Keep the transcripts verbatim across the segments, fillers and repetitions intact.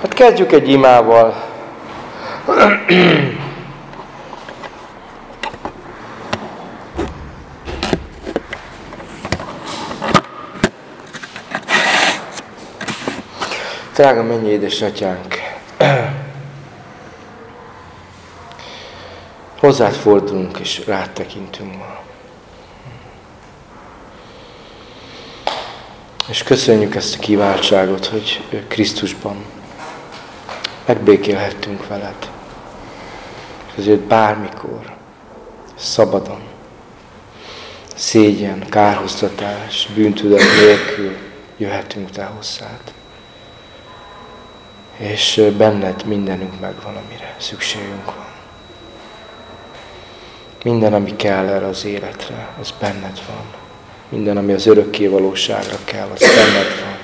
Hát kezdjük egy imával. Drága mennyi édesatyánk, hozzád fordulunk és rád tekintünk ma. És köszönjük ezt a kiváltságot, hogy Krisztusban megbékélhettünk veled. És ezért bármikor, szabadon, szégyen, kárhoztatás, bűntudat nélkül jöhetünk te hozzád. És benned mindenünk megvan, amire szükségünk van. Minden, ami kell erre az életre, az benned van. Minden, ami az örökké valóságra kell, az benned van.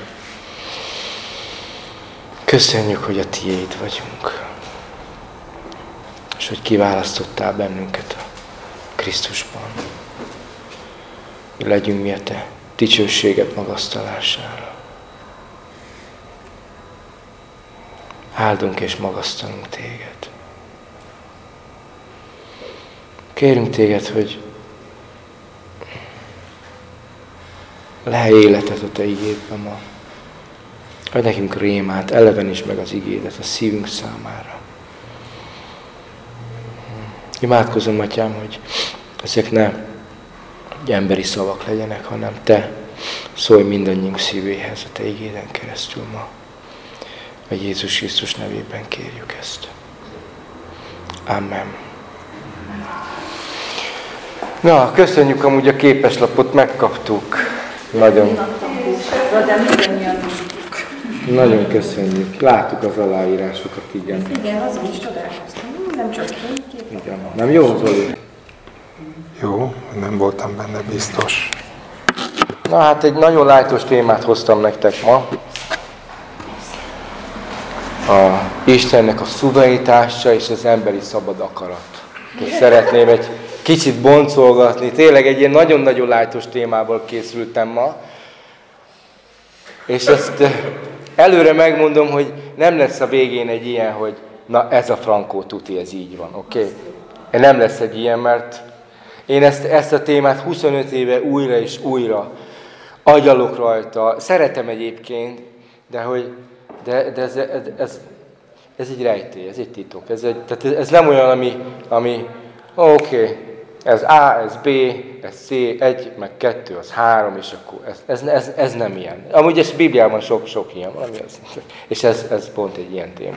Köszönjük, hogy a tiéd vagyunk. És hogy kiválasztottál bennünket a Krisztusban. Hogy legyünk mi a te dicsőséged magasztalására. Áldunk és magasztalunk téged. Kérünk téged, hogy lehely életet a te igédben ma. Adj nekünk rémát, elevenítsd meg az igédet a szívünk számára. Imádkozom, Atyám, hogy ezek ne emberi szavak legyenek, hanem te szólj mindannyiunk szívéhez a te igéden keresztül ma. A Jézus Krisztus nevében kérjük ezt. Amen. Na, köszönjük, amúgy a képeslapot megkaptuk. Nagyon. Nagyon köszönjük. Láttuk az aláírásokat, igen. Igen, azon is csodálkoztam. Nem csak én. Igen. Nem jó, Zoli? Jó, nem voltam benne biztos. Na hát egy nagyon lájtos témát hoztam nektek ma. A Istennek a szuverenitása és az emberi szabad akarat. És szeretném egy kicsit boncolgatni. Tényleg egy ilyen nagyon-nagyon lájtos témából készültem ma. És ezt előre megmondom, hogy nem lesz a végén egy ilyen, hogy na ez a frankó tuti, ez így van, oké? Okay? Nem lesz egy ilyen, mert én ezt, ezt a témát huszonöt éve újra és újra agyalok rajta. Szeretem egyébként, de hogy de, de ez, ez, ez, ez egy rejtély, ez egy titok. Ez, egy, tehát ez nem olyan, ami, ami oké, okay, ez A, ez B, ez C, egy, meg kettő, az három, és akkor ez, ez, ez, ez nem ilyen. Amúgy ez Bibliában sok-sok ilyen valami, és ez, ez pont egy ilyen téma.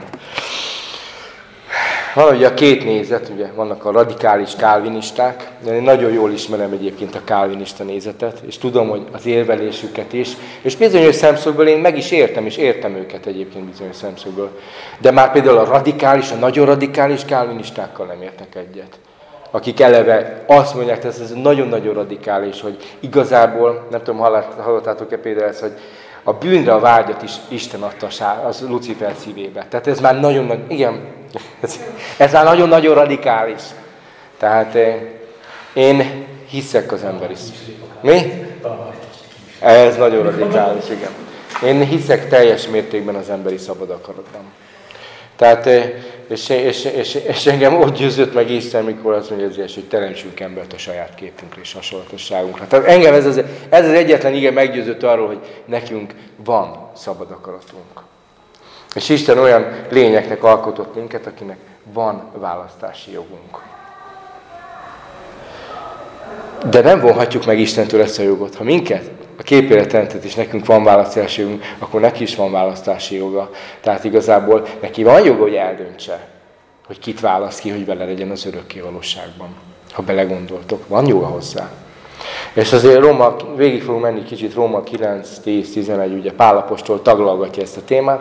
Van ugye a két nézet, ugye vannak a radikális kálvinisták, én nagyon jól ismerem egyébként a kálvinista nézetet, és tudom, hogy az érvelésüket is, és bizonyos szemszögből én meg is értem, és értem őket egyébként bizonyos szemszögből. De már például a radikális, a nagyon radikális kálvinistákkal nem értek egyet. Akik eleve azt mondják, hogy ez nagyon-nagyon radikális, hogy igazából, nem tudom, hallottátok-e például ezt, hogy a bűnre a vágyat is Isten adta az Lucifer szívébe. Tehát ez már nagyon, igen, ez, ez már nagyon-nagyon radikális. Tehát én hiszek az emberi Mi? Ez nagyon radikális, igen. Én hiszek teljes mértékben az emberi szabad akaratban. Tehát, és, és, és, és engem ott győzött meg Isten, mikor azt mondja azért, hogy teremtsünk embert a saját képünkre és hasonlatosságunkra. Tehát engem ez az, ez az egyetlen igen meggyőzött arról, hogy nekünk van szabad akaratunk. És Isten olyan lényeknek alkotott minket, akinek van választási jogunk. De nem vonhatjuk meg Istentől ezt a jogot. Ha minket, a képére teremtett, és nekünk van választási jogunk, akkor neki is van választási joga. Tehát igazából neki van joga, hogy eldöntse, hogy kit választ ki, hogy vele legyen az örökké valóságban. Ha belegondoltok, van joga hozzá. És azért Róma, végig fogunk menni kicsit, Róma kilenc, tíz, tizenegy, ugye Pál apostol taglalgatja ezt a témát.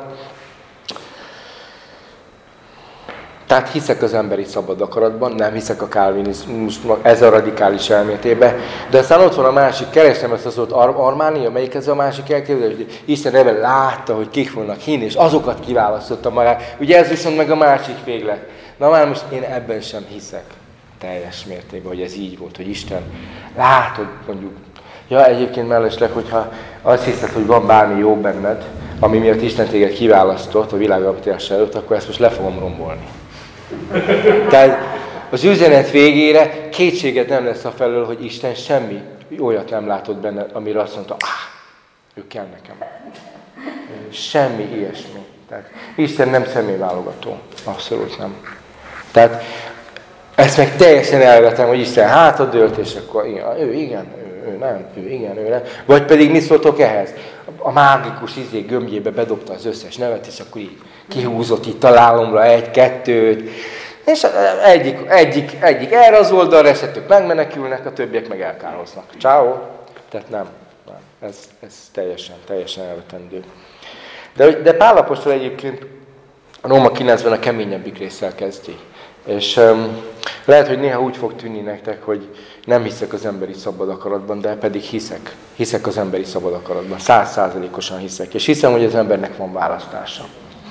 Tehát hiszek az emberi szabad akaratban, nem hiszek a kálvinizmusban, ez a radikális elméletében. De aztán ott van a másik, keresem ezt az ott Ar- Armánia, melyik ez a másik elképzelés, hogy Isten ebben látta, hogy kik fognak hinni, és azokat kiválasztotta magát. Ugye ez viszont meg a másik véglet. Na már most én ebben sem hiszek teljes mértékben, hogy ez így volt, hogy Isten lát, hogy mondjuk, ja egyébként mellesleg, hogyha azt hiszed, hogy van bármi jó benned, ami miatt Isten téged kiválasztott a világalapítása előtt, akkor ezt most le fogom rombolni. Tehát az üzenet végére kétséged nem lesz afelől, hogy Isten semmi olyat nem látott benne, amire azt mondta, ah, ő kell nekem. Semmi ilyesmi. Tehát Isten nem személyválogató. Abszolút nem. Tehát ezt meg teljesen elvetem, hogy Isten hátradőlt, és akkor igen, ő igen, ő, ő nem, ő igen, ő nem. Vagy pedig mit szóltok ehhez? A mágikus izé gömbjébe bedobta az összes nevet, és akkor így kihúzott itt találomra egy-kettőt, és egyik, egyik, egyik erre az oldalra esetük megmenekülnek, a többiek meg elkároznak. Ciao. Tehát nem, nem. Ez, ez teljesen, teljesen elvetendő. De, de Pál apostol egyébként a Róma kilencben a keményebbik résszel kezdi. És um, lehet, hogy néha úgy fog tűnni nektek, hogy nem hiszek az emberi szabad akaratban, de pedig hiszek. Hiszek az emberi szabad akaratban. Száz százalékosan hiszek. És hiszem, hogy az embernek van választása.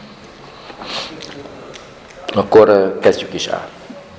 Akkor uh, kezdjük is el.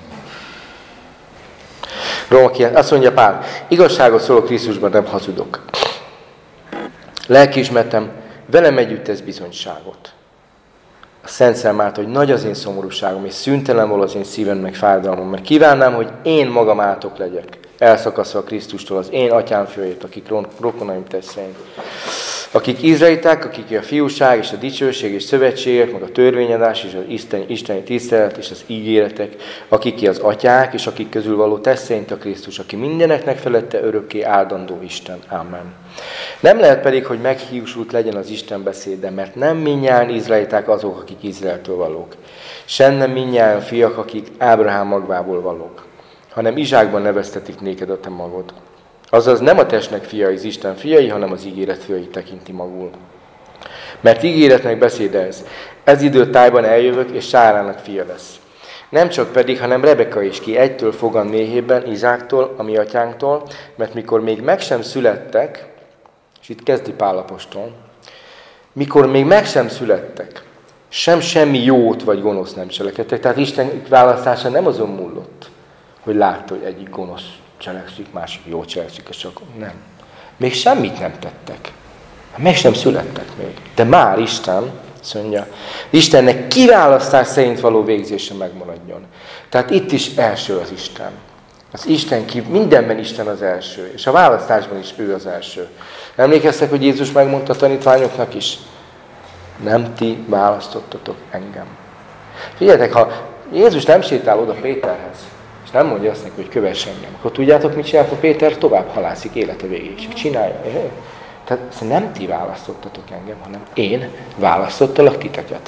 Róma kilenc, azt mondja Pál, igazságot szólok Krisztusban, nem hazudok. Lelkiismertem, velem együtt tesz bizonyságot. A Szent Szellem által, hogy nagy az én szomorúságom, és szüntelen val az én szívem meg fájdalmam, mert kívánnám, hogy én magam átok legyek, elszakaszva a Krisztustól, az én atyám fiait, akik rokonaim teszteim. Akik izraeliták, akik a fiúság és a dicsőség és szövetségek, meg a törvényadás és az isteni, isteni tisztelet és az ígéretek, akik az atyák, és akik közül való teszteint a Krisztus, aki mindeneknek felette örökké áldandó Isten. Amen. Nem lehet pedig, hogy meghiúsult legyen az Isten beszéde, mert nem mindnyájan izraeliták azok, akik Izraeltől valók. Sem nem mindnyájan fiak, akik Ábrahám magvából valók, hanem Izsákban neveztetik néked a te magod. Azaz nem a testnek fiai az Isten fiai, hanem az ígéret fiai tekinti magul. Mert ígéretnek beszéde ez. Ez idő tájban eljövök, és Sárának fia lesz. Nem csak pedig, hanem Rebeka is, ki egytől fogad méhében, Izáktól, a mi atyánktól, mert mikor még meg sem születtek, és itt kezdi Pál apostol, mikor még meg sem születtek, sem semmi jót vagy gonosz nem cselekedtek. Tehát Isten választása nem azon múlott, hogy látta, hogy egyik gonosz cselekszik, másik jó cselekszik, és csak nem. Még semmit nem tettek. Meg sem születtek még. De már Isten, azt mondja, Istennek kiválasztás szerint való végzése megmaradjon. Tehát itt is első az Isten. Az Isten ki, mindenben Isten az első, és a választásban is ő az első. Emlékeztek, hogy Jézus megmondta a tanítványoknak is? Nem ti választottatok engem. Figyeljetek, ha Jézus nem sétál oda Péterhez, és nem mondja azt neki, hogy kövess engem, akkor tudjátok, mit csinál a Péter? Tovább halászik élete végéig, csak csinálja. Tehát nem ti választottatok engem, hanem én választottalak titeket.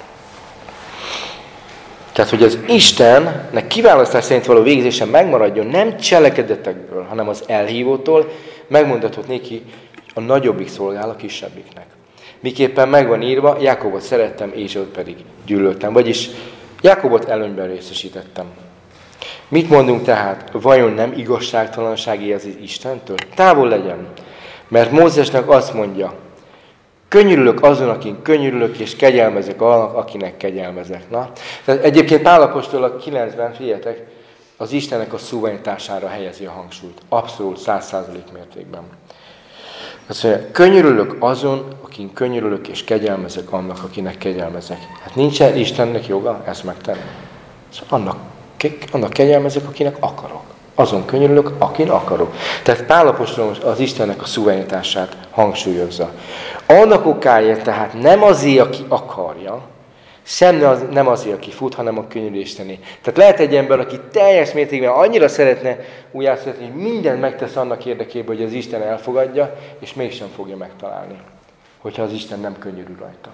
Tehát, hogy az Istennek kiválasztás szerint való végzésen megmaradjon, nem cselekedetekből, hanem az elhívótól, megmondatott néki, a nagyobbik szolgál a kisebbiknek. Miképpen megvan írva, Jákobot szerettem, Ézsaut pedig gyűlöltem. Vagyis Jákobot előnyben részesítettem. Mit mondunk tehát? Vajon nem igazságtalansági ez az Istentől? Távol legyen. Mert Mózesnek azt mondja, könyörülök azon, akin könyörülök, és kegyelmezek annak, akinek kegyelmezek. Na, tehát egyébként Pál apostol a kilencben, figyeljetek, az Istennek a szuverenitására helyezi a hangsúlyt. Abszolút száz százalék mértékben. Azt mondja, könyörülök azon, akin könyörülök, és kegyelmezek annak, akinek kegyelmezek. Hát nincsen Istennek joga ezt megtenni. Szóval annak, annak kegyelmezek, akinek akarok. Azon könyörülök, akin akarok. Tehát Pál apostol az Istennek a szuverenitását hangsúlyozza. Annak okáért tehát nem azért, aki akarja, sem az, nem azért, aki fut, hanem a könyörülésténé. Tehát lehet egy ember, aki teljes mértékben annyira szeretne újjászületni, hogy mindent megtesz annak érdekében, hogy az Isten elfogadja, és mégsem fogja megtalálni, hogyha az Isten nem könyörül rajta.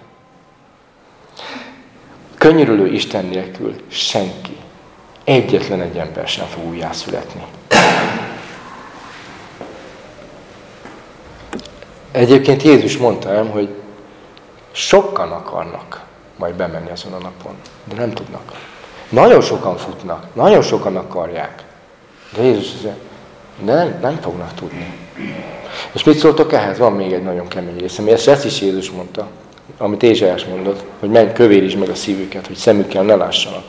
Könyörülő Isten nélkül senki, egyetlen egy ember sem fog újjászületni. Egyébként Jézus mondta el, hogy sokan akarnak majd bemenni azon a napon, de nem tudnak. Nagyon sokan futnak, nagyon sokan akarják, de Jézus mondja, de nem, nem fognak tudni. És mit szóltok ehhez? Van még egy nagyon kemény része, ezt, ezt is Jézus mondta, amit Ézsaiás mondott, hogy menj, kövérítsd meg a szívüket, hogy szemükkel ne lássanak,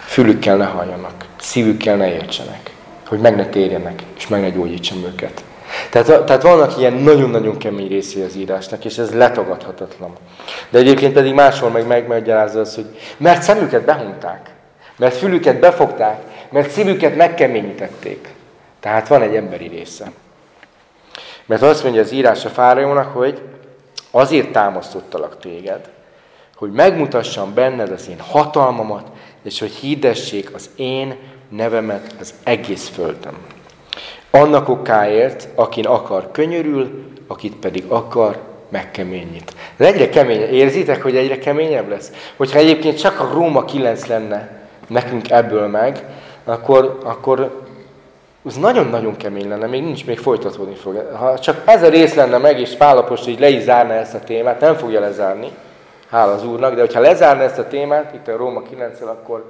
fülükkel ne halljanak, szívükkel ne értsenek, hogy meg ne térjenek, és meg ne gyógyítsam őket. Tehát, tehát vannak ilyen nagyon-nagyon kemény részei az írásnak, és ez letagadhatatlan. De egyébként pedig máshol meg megmagyarázza az, hogy mert szemüket behunták, mert fülüket befogták, mert szívüket megkeményítették. Tehát van egy emberi része. Mert azt mondja az írás a fáraónak, hogy azért támasztottalak téged, hogy megmutassam benned az én hatalmamat, és hogy hirdessék az én nevemet az egész földön. Annak okáért, akin akar, könyörül, akit pedig akar, megkeményít. Ez egyre keményebb. Érzitek, hogy egyre keményebb lesz? Hogyha egyébként csak a Róma kilenc lenne nekünk ebből meg, akkor, akkor ez nagyon-nagyon kemény lenne, még nincs, még folytatódni fog. Ha csak ez a rész lenne meg, és Pál apostol így le is zárna ezt a témát, nem fogja lezárni, hála az Úrnak, de hogyha lezárna ezt a témát, itt a Róma kilenccel, akkor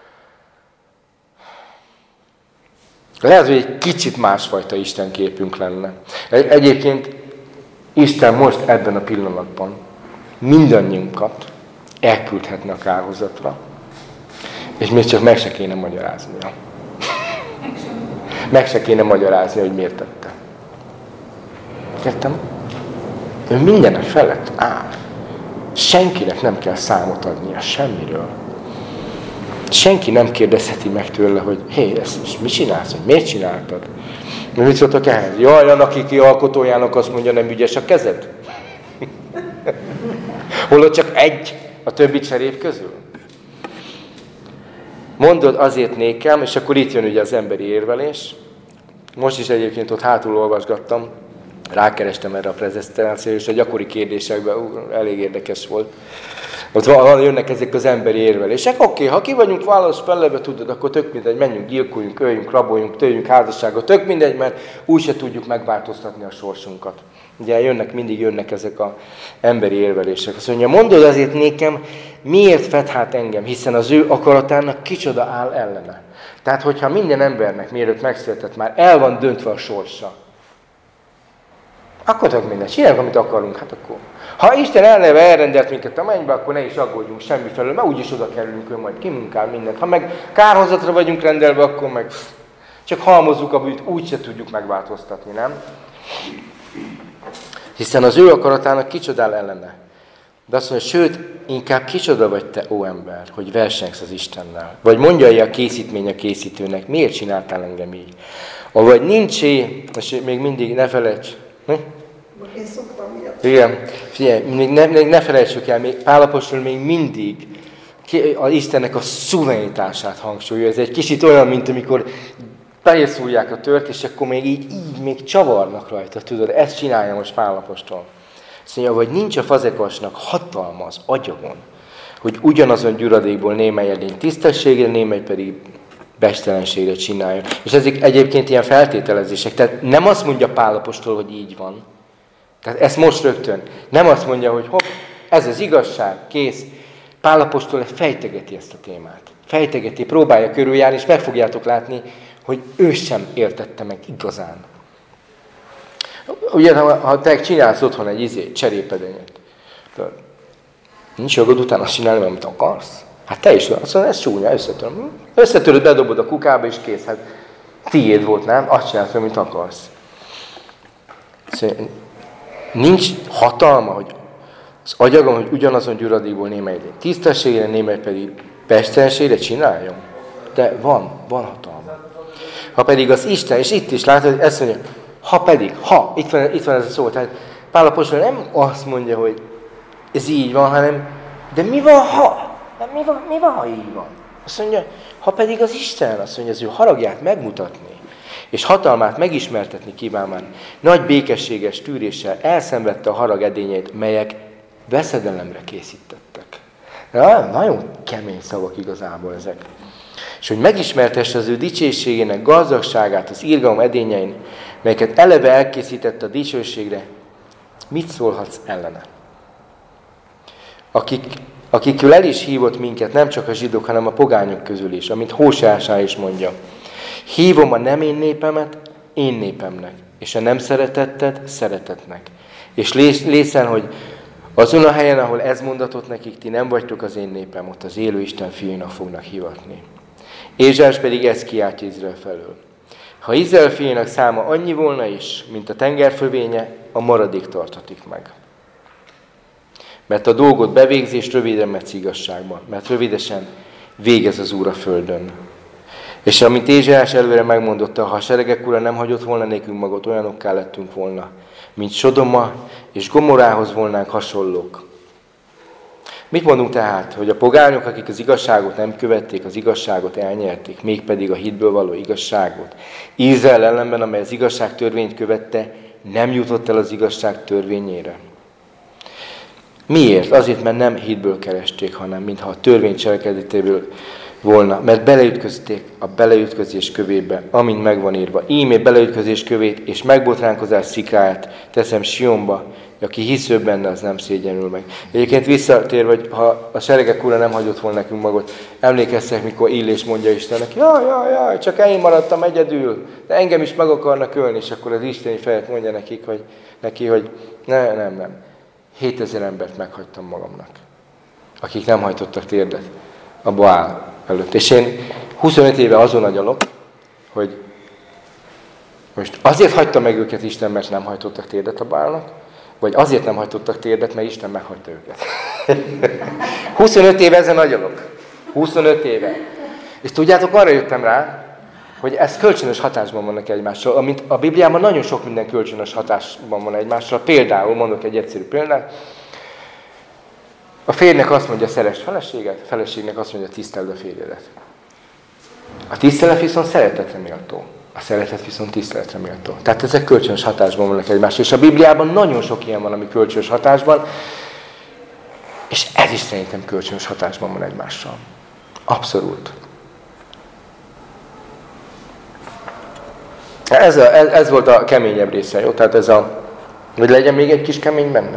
lehet, hogy egy kicsit másfajta istenképünk lenne. Egy, egyébként Isten most ebben a pillanatban mindannyiunkat elküldhetne a kárhozatra, és még csak meg se kéne magyaráznia. Meg se kéne magyarázni, hogy miért tette. Értem? Ő mindenek felett áll. Senkinek nem kell számot adnia semmiről. Senki nem kérdezheti meg tőle, hogy hé, ezt most mit csinálsz, hogy miért csináltad? Mit szóltak ehhez? Jaj, annak, ki alkotójának azt mondja, nem ügyes a kezed? Holott csak egy a többi cserép közül? Mondod azért nékem, és akkor itt jön ugye az emberi érvelés. Most is egyébként ott hátul olvasgattam, rákerestem erre a prezentációra, és a gyakori kérdésekben ú, elég érdekes volt. Ott van, jönnek ezek az emberi érvelések. Oké, okay, ha ki vagyunk válasz felebe, tudod, akkor tök mindegy, menjünk, gyilkoljunk, öljünk, raboljunk, töljünk házasságot, tök mindegy, mert úgyse tudjuk megváltoztatni a sorsunkat. Ugye jönnek, mindig jönnek ezek az emberi érvelések. Azt mondja, mondod azért nékem, miért fed hát engem, hiszen az ő akaratának kicsoda áll ellene. Tehát, hogyha minden embernek, mielőtt megszületett, már el van döntve a sorsa, akkor tök mindegy, csináljuk, amit akarunk, hát akkor. Ha Isten eleve elrendelt minket a mennybe, akkor ne is aggódjunk semmifelől, mert úgyis oda kerülünk, ő majd kimunkál mindent. Ha meg kárhozatra vagyunk rendelve, akkor meg csak halmozzuk a bűt, úgyse tudjuk megváltoztatni, nem? Hiszen az ő akaratának kicsodál ellene. De azt mondja, sőt, inkább kicsoda vagy te, ó ember, hogy versengsz az Istennel. Vagy mondja a készítmény a készítőnek, miért csináltál engem így? Vagy nincsé, és még mindig ne felejts. Hm? Én szoktam miatt. Igen, figyelj, még ne, ne felejtsük el, még Pál apostol még mindig az Istennek a szuverenitását hangsúlyozza. Ez egy kicsit olyan, mint amikor beérszúrják a tört, és akkor még így, így még csavarnak rajta, tudod, ezt csinálja most Pál apostol. Azt mondja, hogy nincs a fazekasnak hatalma az agyagon, hogy ugyanazon gyuradékból némely edény tisztességre, némely pedig bestelenségre csinálja. És ezek egyébként ilyen feltételezések. Tehát nem azt mondja Pál apostol, hogy így van. Tehát ezt most rögtön. Nem azt mondja, hogy hopp, ez az igazság, kész. Pál apostol fejtegeti ezt a témát. Fejtegeti, próbálja körüljárni, és meg fogjátok látni, hogy ő sem értette meg igazán. Ugye, ha, ha te csinálsz otthon egy izé, cserépedenyet, nincs jogod utána azt csinálni, amit akarsz? Hát te is, azt mondod, ez csúnya, összetöröm. Összetöröd, bedobod a kukába, és kész. Hát tiéd volt, nem? Azt csinálsz, amit akarsz. Szóval, nincs hatalma, hogy az agyagom, hogy ugyanazon gyuradékból némely tisztességre, némely pedig bestelenségre csináljon. De van, van hatalma. Ha pedig az Isten, és itt is látod, hogy ezt mondja, ha pedig, ha, itt van, itt van ez a szó, tehát Pál apostol nem azt mondja, hogy ez így van, hanem, de mi van, ha? De mi van, mi van, ha így van? Azt mondja, ha pedig az Isten, azt mondja, az ő haragját megmutatni, és hatalmát megismertetni kívánván, nagy békességes tűréssel elszenvedte a harag edényeit, melyek veszedelemre készítettek. De nagyon kemény szavak igazából ezek. És hogy megismertesse az ő dicsőségének gazdagságát az irgalom edényein, melyeket eleve elkészítette a dicsőségre, mit szólhatsz ellene? Akik, akikül el is hívott minket, nem csak a zsidók, hanem a pogányok közül is, amint Hóseásá is mondja. Hívom a nem én népemet, én népemnek, és a nem szeretettet, szeretetnek. És lészen, hogy azon a helyen, ahol ez mondatott nekik, ti nem vagytok az én népem, ott az élő Isten fiúnak fognak hivatni. Ézsás pedig ezt kiáltja Izrael felől. Ha Izrael fiainak száma annyi volna is, mint a tenger fövénye, a maradék tartatik meg. Mert a dolgot bevégzés röviden metsz igazságban, mert rövidesen végez az Úr a földön. És amint Ézsaiás előre megmondotta, ha a seregek ura nem hagyott volna nékünk magot, olyanokká lettünk volna, mint Sodoma és Gomorához volnánk hasonlók. Mit mondunk tehát, hogy a pogányok, akik az igazságot nem követték, az igazságot elnyerték, mégpedig a hitből való igazságot. Izrael ellenben, amely az igazság törvényt követte, nem jutott el az igazság törvényére. Miért? Azért, mert nem hitből keresték, hanem mintha a törvény cselekedetéből volna, mert beleütközték a beleütközés kövébe, amint megvan írva. Íme beleütközés kövét és megbotránkozás szikráját teszem Sionba, aki hisző benne, az nem szégyenül meg. Egyébként visszatér, hogy ha a seregek ura nem hagyott volna nekünk magot, emlékeztek, mikor Illés mondja Istennek, jaj, jaj, jaj, csak én maradtam egyedül, de engem is meg akarnak ölni, és akkor az isteni fejet mondja nekik, hogy, neki, hogy ne, nem, nem. hétezer embert meghagytam magamnak, akik nem hajtottak térdet a Baál előtt. És én huszonöt éve azon agyalok, hogy most azért hagyta meg őket Isten, mert nem hajtottak térdet a Baálnak, vagy azért nem hajtottak térdet, mert Isten meghagyta őket. huszonöt éve ezen agyalok. huszonöt éve. És tudjátok, arra jöttem rá, hogy ez kölcsönös hatásban vannak egymással, amint a Bibliában nagyon sok minden kölcsönös hatásban van egymással. Például, mondok egy egyszerű példát, a férjnek azt mondja, szeresd feleséget, a feleségnek azt mondja, tiszteld a férjedet. A tisztelet viszont szeretetre méltó. A szeretet viszont tiszteletre méltó. Tehát ezek kölcsönös hatásban vannak egymással. És a Bibliában nagyon sok ilyen van, ami kölcsönös hatásban, és ez is szerintem kölcsönös hatásban van egymással. Abszolút. Ez, a, ez, ez volt a keményebb része, jó? Tehát ez a, hogy legyen még egy kis kemény benne.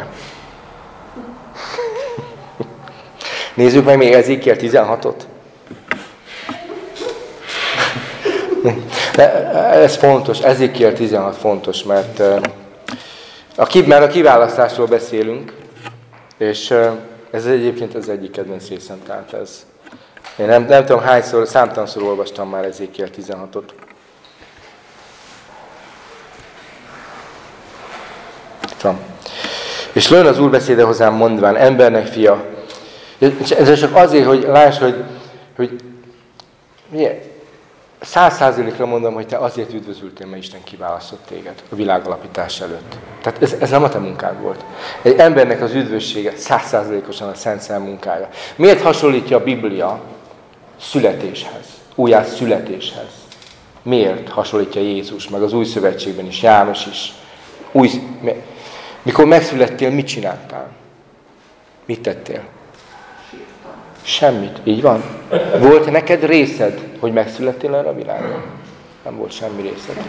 Nézzük meg még Ezékiel tizenhatot. Ez fontos, Ezékiel tizenhat fontos, mert a, már a kiválasztásról beszélünk, és ez egyébként az egyik kedvenc részem, tehát ez. Én nem, nem tudom hányszor, számtalanszor olvastam már Ezékiel tizenhatot. Van. És lőn az Úr beszéde hozzám mondván, embernek fia. Ez csak azért, hogy láss, hogy, hogy milyen, száz százalékra mondom, hogy te azért üdvözültél, mert Isten kiválasztott téged a világalapítás előtt. Tehát ez, ez nem a te munkád volt. Egy embernek az üdvössége száz százalékosan a Szent Szellem munkája. Miért hasonlítja a Biblia születéshez, újjász születéshez? Miért hasonlítja Jézus, meg az Új Szövetségben is, János is? Új, mikor megszülettél, mit csináltál? Mit tettél? Semmit. Így van? Volt neked részed, hogy megszülettél erre a világon? Nem volt semmi részed.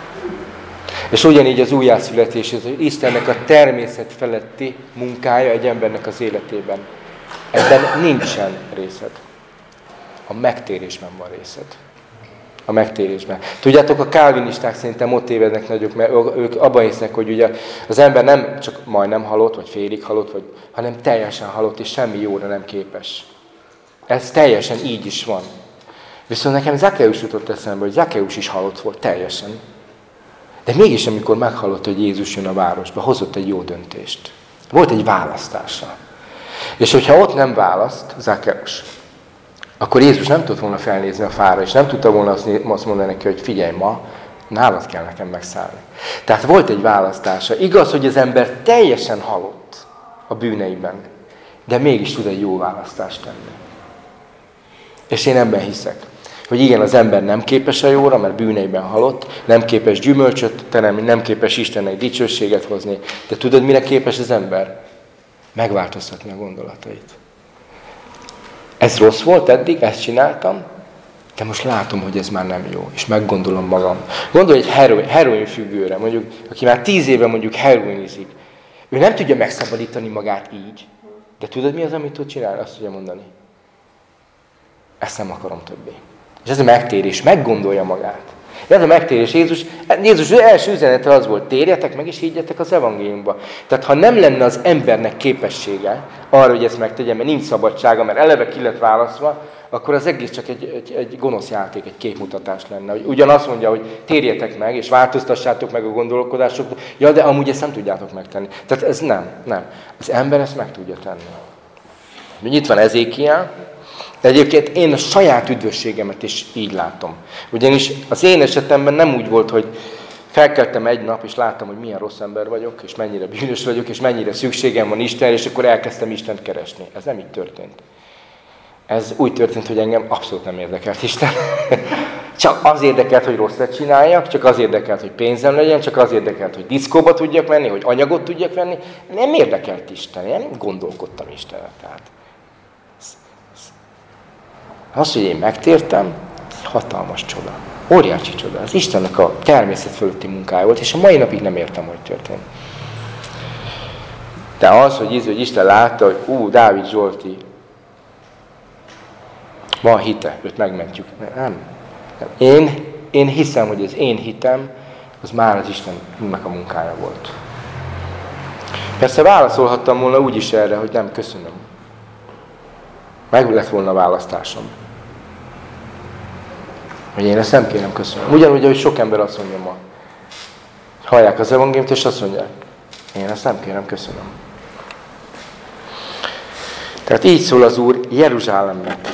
És ugyanígy az újjászületés, ez Istennek a természet feletti munkája egy embernek az életében. Ebben nincsen részed. A megtérésben van részed. A megtérésben. Tudjátok, a kálvinisták szerintem ott tévednek nagyok, mert ők abban hisznek, hogy ugye az ember nem csak majdnem halott, vagy félig halott, vagy, hanem teljesen halott, és semmi jóra nem képes. Ez teljesen így is van. Viszont nekem Zakkeus jutott eszembe, hogy Zakkeus is halott volt, teljesen. De mégis, amikor meghallott, hogy Jézus jön a városba, hozott egy jó döntést. Volt egy választása. És hogyha ott nem választ Zakkeus, akkor Jézus nem tudott volna felnézni a fára, és nem tudta volna azt mondani neki, hogy figyelj, ma nálad kell nekem megszállni. Tehát volt egy választása. Igaz, hogy az ember teljesen halott a bűneiben, de mégis tud egy jó választást tenni. És én ebben hiszek, hogy igen, az ember nem képes a jóra, mert bűneiben halott, nem képes gyümölcsöt teremni, nem képes Istennek dicsőséget hozni, de tudod, mire képes az ember? Megváltoztatni a gondolatait. Ez rossz volt eddig, ezt csináltam, de most látom, hogy ez már nem jó, és meggondolom magam. Gondolj egy heroin, heroin függőre, mondjuk, aki már tíz éve mondjuk heroinizik. Ő nem tudja megszabadítani magát így, de tudod, mi az, amit tud csinálni? Azt tudja mondani. Ezt nem akarom többé. És ez a megtérés, meggondolja magát. Ez a megtérés, Jézus, Jézus első üzenete az volt, térjetek meg és higgyetek az evangéliumba. Tehát ha nem lenne az embernek képessége arra, hogy ezt megtegye, mert nincs szabadsága, mert eleve ki lett választva, akkor az egész csak egy, egy, egy gonosz játék, egy képmutatás lenne. Hogy ugyanazt mondja, hogy térjetek meg, és változtassátok meg a gondolkodásokat, ja, de amúgy ezt nem tudjátok megtenni. Tehát ez nem, nem. Az ember ezt meg tudja tenni. Itt van Ezékiel, de egyébként én a saját üdvösségemet is így látom. Ugyanis az én esetemben nem úgy volt, hogy felkeltem egy nap, és láttam, hogy milyen rossz ember vagyok, és mennyire bűnös vagyok, és mennyire szükségem van Istenre, és akkor elkezdtem Istent keresni. Ez nem így történt. Ez úgy történt, hogy engem abszolút nem érdekelt Isten. Csak az érdekelt, hogy rosszat csináljak, csak az érdekelt, hogy pénzem legyen, csak az érdekelt, hogy diszkóba tudjak menni, hogy anyagot tudjak venni. Nem érdekelt Isten, én nem gondolkodtam Istenre. Tehát az, hogy én megtértem, hatalmas csoda. Óriási csoda. Az Istennek a természet fölötti munkája volt, és a mai napig nem értem, hogy történt. De az, hogy, íz, hogy Isten látta, hogy ú, Dávid Zsolti, van hite, őt megmentjük. Nem. nem. Én, én hiszem, hogy az én hitem, az már az Istennek a munkája volt. Persze válaszolhattam volna úgy is erre, hogy nem, köszönöm. Meg lett volna a választásom. Hogy én ezt nem kérem, köszönöm. Ugyanúgy, hogy sok ember azt mondja ma. Hallják az evangéliumot, és azt mondják, én ezt nem kérem, köszönöm. Tehát így szól az Úr Jeruzsálemnek.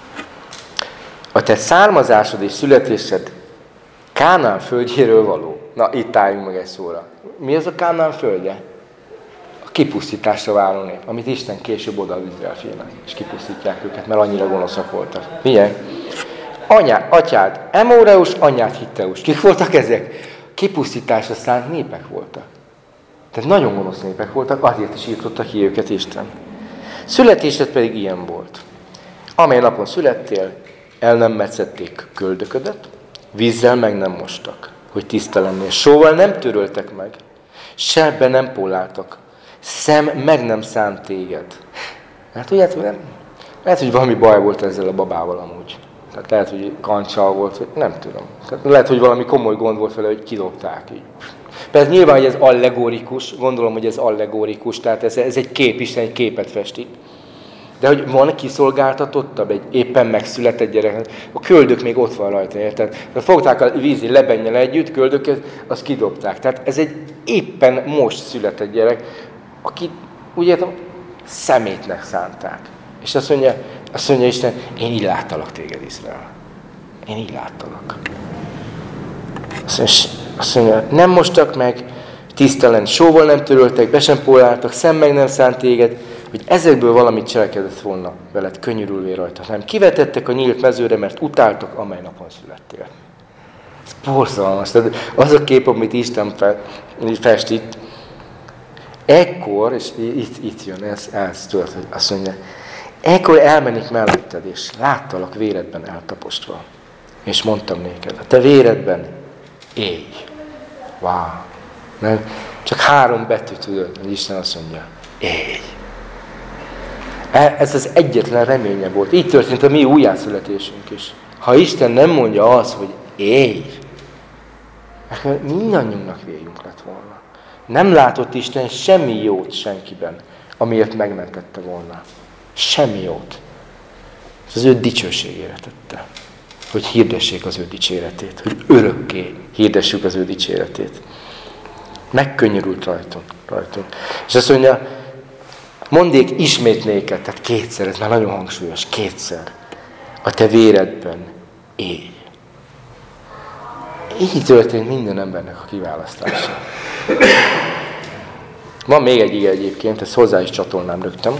A te származásod és születésed Kánaán földjéről való. Na, itt álljunk meg egy szóra. Mi az a Kánaán földje? A kipusztításra váró nép, amit Isten később odaad Izraelfinek, és kipusztítják őket, mert annyira gonoszak voltak. Milyen? Anyá, atyád Emóreus, anyád Hitteus. Kik voltak ezek? Kipusztításra szánt népek voltak. Tehát nagyon gonosz népek voltak, azért is írtotta ki őket Isten. Születésed pedig ilyen volt. Amely napon születtél, el nem metszették köldöködet, vízzel meg nem mostak, hogy tiszta lennél. Sóval nem töröltek meg, sebbe nem póláltak, szem meg nem szánt téged. Hát tudjátok, nem? Lehet, hogy valami baj volt ezzel a babával amúgy. Tehát lehet, hogy kancsal volt, vagy nem tudom. Tehát lehet, hogy valami komoly gond volt vele, hogy kidobták így. Persze nyilván, hogy ez allegorikus, gondolom, hogy ez allegorikus, tehát ez, ez egy kép, Isten egy képet festi. De hogy van kiszolgáltatottabb egy éppen megszületett gyerek, a köldök még ott van rajta, érted? Tehát fogták a vízi lebennyel együtt, köldöket, azt kidobták. Tehát ez egy éppen most született gyerek, aki, úgy értem, szemétnek szánták. És azt mondja, azt mondja Isten, én így láttalak téged, Izrael. Én így láttalak. Azt mondja, azt mondja, nem mostak meg, tisztelen, sóval nem töröltek, be sem póláltak, szem meg nem szánt téged, hogy ezekből valamit cselekedett volna veled, könnyörülvé rajta. Nem, kivetettek a nyílt mezőre, mert utáltak, amely napon születtél. Ez borzalmas. Az a kép, amit Isten fest itt, ekkor, és itt, itt jön, ez, ez tudod, hogy azt mondja, ekkor elmenik melletted, és láttalak véredben eltapostva. És mondtam néked, a te véredben élj. Wow. Mert csak három betű tudod, hogy Isten azt mondja, élj. Ez az egyetlen reménye volt. Így történt a mi újjászületésünk is. Ha Isten nem mondja azt, hogy élj, akkor mindannyiunknak végünk lett volna. Nem látott Isten semmi jót senkiben, amiért megmentette volna. Semmi jót. Ez az ő dicsőségére tette. Hogy hirdessék az ő dicséretét. Hogy örökké hirdessük az ő dicséretét. Megkönnyörült rajtunk. rajtunk. És azt mondja, mondék ismét néked, tehát kétszer, ez már nagyon hangsúlyos, kétszer. A te véredben élj. Így történt minden embernek a kiválasztása. Van még egy ige egyébként, ezt hozzá is csatolnám rögtön.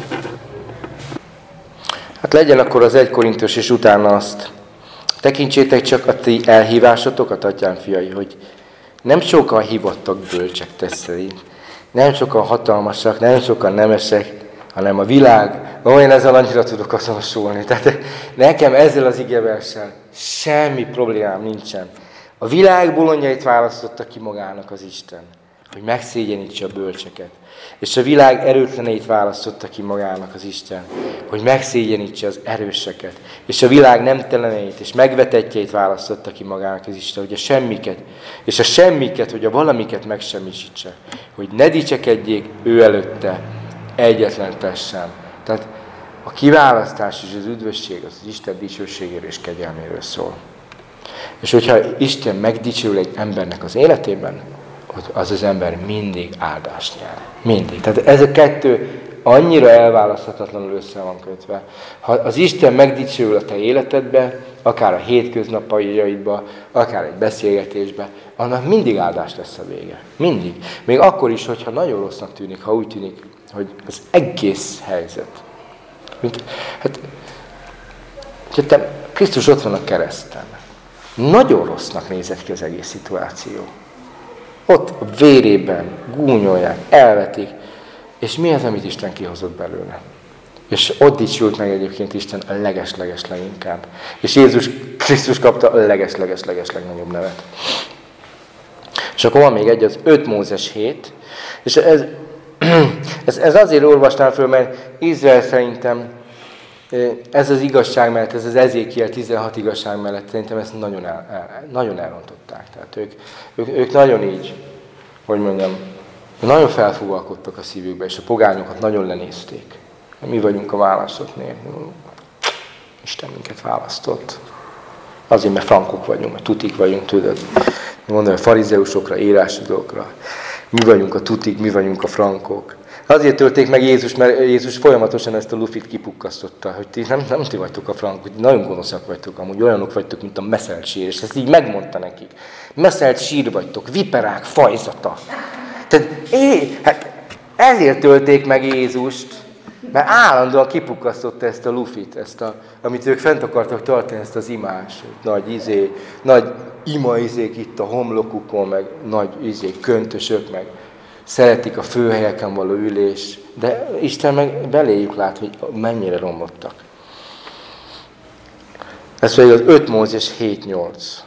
Hát legyen akkor az egy Korintus, és utána azt. Tekintsétek csak a ti elhívásotokat, atyám fiai, hogy nem sokan hívottak bölcsek tesz szerint, nem sokan hatalmasak, nem sokan nemesek, hanem a világ. Ó, én ezzel annyira tudok azonosulni. Tehát nekem ezzel az igeverssel semmi problémám nincsen. A világ bolondjait választotta ki magának az Isten, hogy megszégyenítse a bölcseket. És a világ erőtleneit választotta ki magának az Isten, hogy megszégyenítse az erőseket. És a világ nemteleneit és megvetettjeit választotta ki magának az Isten, hogy a semmiket, és a semmiket, hogy a valamiket megsemmisítse. Hogy ne dicsekedjék ő előtte egyetlen test sem. Tehát A kiválasztás és az üdvösség az, az Isten dicsőségéről és kegyelméről szól. És hogyha Isten megdicsül egy embernek az életében, az az ember mindig áldást nyer. Mindig. Tehát ez a kettő annyira elválaszthatatlanul össze van kötve. Ha az Isten megdicsül a te életedbe, akár a hétköznapjaidba, akár egy beszélgetésbe, annak mindig áldás lesz a vége. Mindig. Még akkor is, hogyha nagyon rossznak tűnik, ha úgy tűnik, hogy az egész helyzet. Mint, hát, hát Krisztus ott van a kereszten. Nagyon rossznak nézett ki az egész szituáció. Ott a vérében gúnyolják, elvetik, és mi az, amit Isten kihozott belőle? És ott dicsült meg egyébként Isten a leges-leges leginkább. És Jézus Krisztus kapta a leges-leges-leges legnagyobb nevet. És akkor van még egy, az öt Mózes hét, és ez, ez, ez azért olvastam föl, mert Izrael szerintem ez az igazság mellett, ez az Ezékiel tizenhat igazság mellett szerintem ezt nagyon, el, el, nagyon elrontották. Tehát ők, ők, ők nagyon így, hogy mondjam, nagyon felfúvalkodtak a szívükbe, és a pogányokat nagyon lenézték. Mi vagyunk a választottnél. Isten minket választott. Azért, mert frankok vagyunk, mert tutik vagyunk, tudod. Mondom, a farizeusokra, írásidókra. Mi vagyunk a tutik, mi vagyunk a frankok. Azért tölték meg Jézus, mert Jézus folyamatosan ezt a lufit kipukkasztotta, hogy ti nem, nem ti vagytok a frankok, hogy nagyon gonoszak vagytok, amúgy olyanok vagytok, mint a meszelt sír, és ezt így megmondta nekik. Meszelt sír vagytok, viperák fajzata. Tehát é, hát ezért tölték meg Jézust, mert állandóan kipukkasztotta ezt a lufit, ezt a, amit ők fent akartak tartani, ezt az imás, nagy izé, nagy ima izék itt a homlokukon, meg nagy izé, köntösök, meg szeretik a főhelyeken való ülés, de Isten meg beléjük lát, hogy mennyire romlottak. Ez pedig az öt Mózes hét nyolc.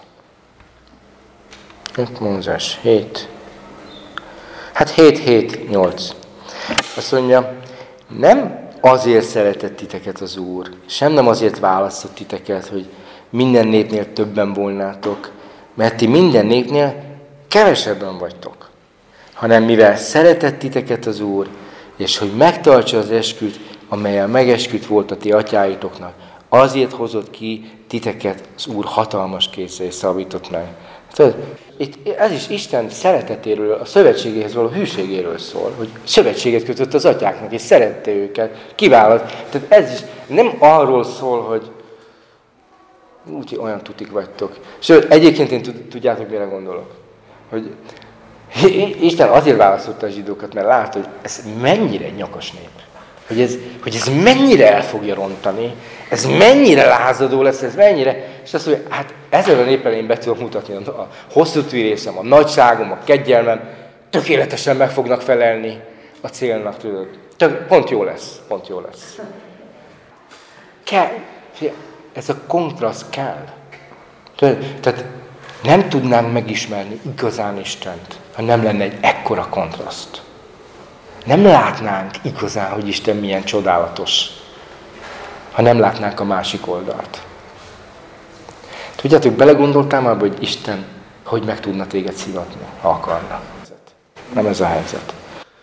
öt Mózes hét. Hát hét hét nyolc. Azt mondja, nem azért szeretett titeket az Úr, sem nem azért választott titeket, hogy minden népnél többen volnátok, mert ti minden népnél kevesebben vagytok, hanem mivel szeretett titeket az Úr, és hogy megtartsa az esküt, amellyel megesküdt volt a ti atyáitoknak, azért hozott ki titeket az Úr hatalmas kézzel és szabadított meg. Tudod, itt ez is Isten szeretetéről, a szövetségéhez való hűségéről szól, hogy szövetséget kötött az atyáknak, és szerette őket, kiválaszt. Tehát ez is nem arról szól, hogy úgy, olyan tutik vagytok. Sőt, egyébként én tudjátok, mire gondolok? Hogy Isten azért választotta a zsidókat, mert látta, hogy ez mennyire nyakas nép. Hogy ez, hogy ez mennyire el fogja rontani, ez mennyire lázadó lesz, ez mennyire... És azt mondja, hát ezzel a néppel én be tudom mutatni a hosszú tűrésem, a nagyságom, a kegyelmem, tökéletesen meg fognak felelni a célnak, tudod. Tök, pont jó lesz, pont jó lesz. Kell, ez a kontraszt kell. Tehát nem tudnánk megismerni igazán Istent, ha nem lenne egy ekkora kontraszt. Nem látnánk igazán, hogy Isten milyen csodálatos, ha nem látnánk a másik oldalt. Tudjátok, belegondoltál már, hogy Isten hogy meg tudna téged szivatni, ha akarna? Nem ez a helyzet.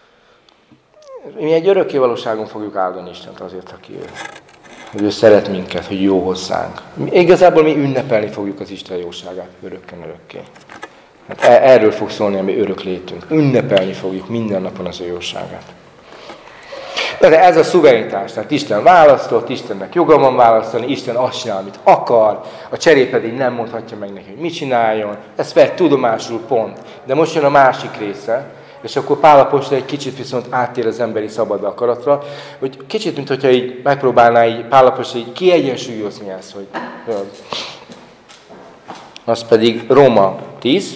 Mi egy örökké valóságon fogjuk áldani Istent azért, aki ő. Hogy ő szeret minket, hogy jó hozzánk. Igazából mi ünnepelni fogjuk az Isten jóságát örökken örökké. Hát erről fog szólni a mi örök létünk. Ünnepelni fogjuk minden napon az ő jóságát. De ez a szuverenitás, tehát Isten választott, Istennek joga van választani, Isten azt csinál, amit akar, a cseré pedig nem mondhatja meg neki, hogy mit csináljon, ezt vett tudomásul, pont. De most jön a másik része, és akkor Pál apostol egy kicsit viszont áttér az emberi szabad akaratra, hogy kicsit, mint hogyha így megpróbálná így Pál apostol így kiegyensúlyozni ezt, hogy az pedig Róma tíz.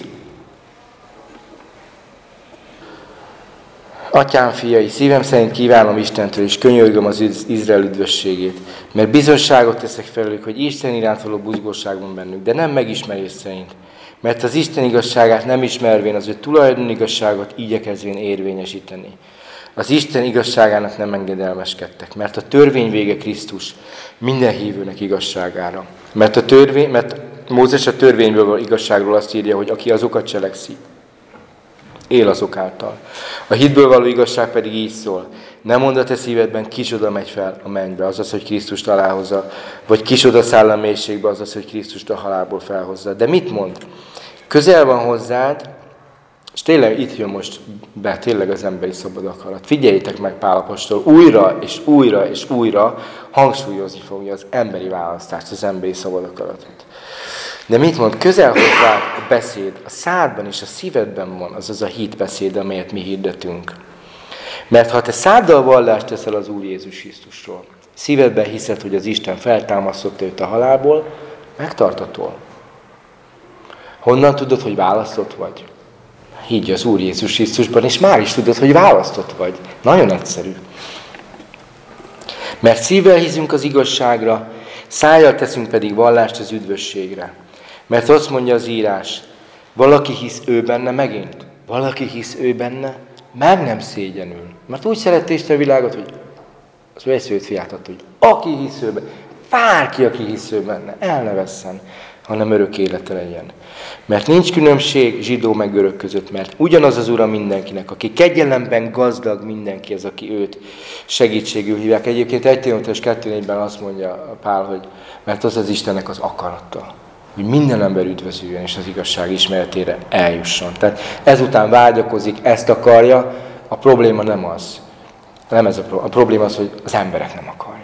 Atyám fiai, szívem szerint kívánom Istentől, és könyörgöm az Izrael üdvösségét, mert bizonyságot teszek felőlük, hogy Isten iránt való buzgóság van bennük, de nem megismerés szerint. Mert az Isten igazságát nem ismervén, az ő tulajdon igazságot igyekezvén érvényesíteni. Az Isten igazságának nem engedelmeskedtek, mert a törvény vége Krisztus minden hívőnek igazságára. Mert, a törvény, mert Mózes a törvényből való igazságról azt írja, hogy aki azokat cselekszi, él azok által. A hitből való igazság pedig így szól. Nem mondd a te szívedben, kicsoda megy fel a mennybe, azaz, hogy Krisztust aláhozza, vagy kicsoda száll a mélységbe, azaz, hogy Krisztust a halálból felhozza. De mit mond? Közel van hozzád, és tényleg itt jön most be tényleg az emberi szabad akarat. Figyeljétek meg Pál apostol, újra és újra és újra hangsúlyozni fogja az emberi választást, az emberi szabad akaratot. De mit mond? Közel hozzád a beszéd, a szádban és a szívedben van, azaz a hitbeszéd, amelyet mi hirdetünk. Mert ha te száddal vallást teszel az Úr Jézus Krisztusról, szívedben hiszed, hogy az Isten feltámasztotta őt a halálból, megtartatol. Honnan tudod, hogy választott vagy? Higgy az Úr Jézus Krisztusban, és már is tudod, hogy választott vagy. Nagyon egyszerű. Mert szívvel hiszünk az igazságra, szájjal teszünk pedig vallást az üdvösségre. Mert azt mondja az írás, valaki hisz ő benne megint, valaki hisz ő benne, meg nem szégyenül. Mert úgy szerette Isten a világot, hogy az ő egyszülött fiát adta, hogy aki hisz ő benne, bárki, aki hisz ő benne, el ne vesszen, hanem örök élete legyen. Mert nincs különbség zsidó meg görög között, mert ugyanaz az Ura mindenkinek, aki kegyelemben gazdag mindenki az, aki őt segítségül hívják. Egyébként egy Timóteus kettő négyben azt mondja Pál, hogy mert az az Istennek az akarata, hogy minden ember üdvözüljön és az igazság ismeretére eljusson. Tehát ezután vágyakozik, ezt akarja, a probléma nem az. Nem ez a probléma. A probléma az, hogy az emberek nem akarják.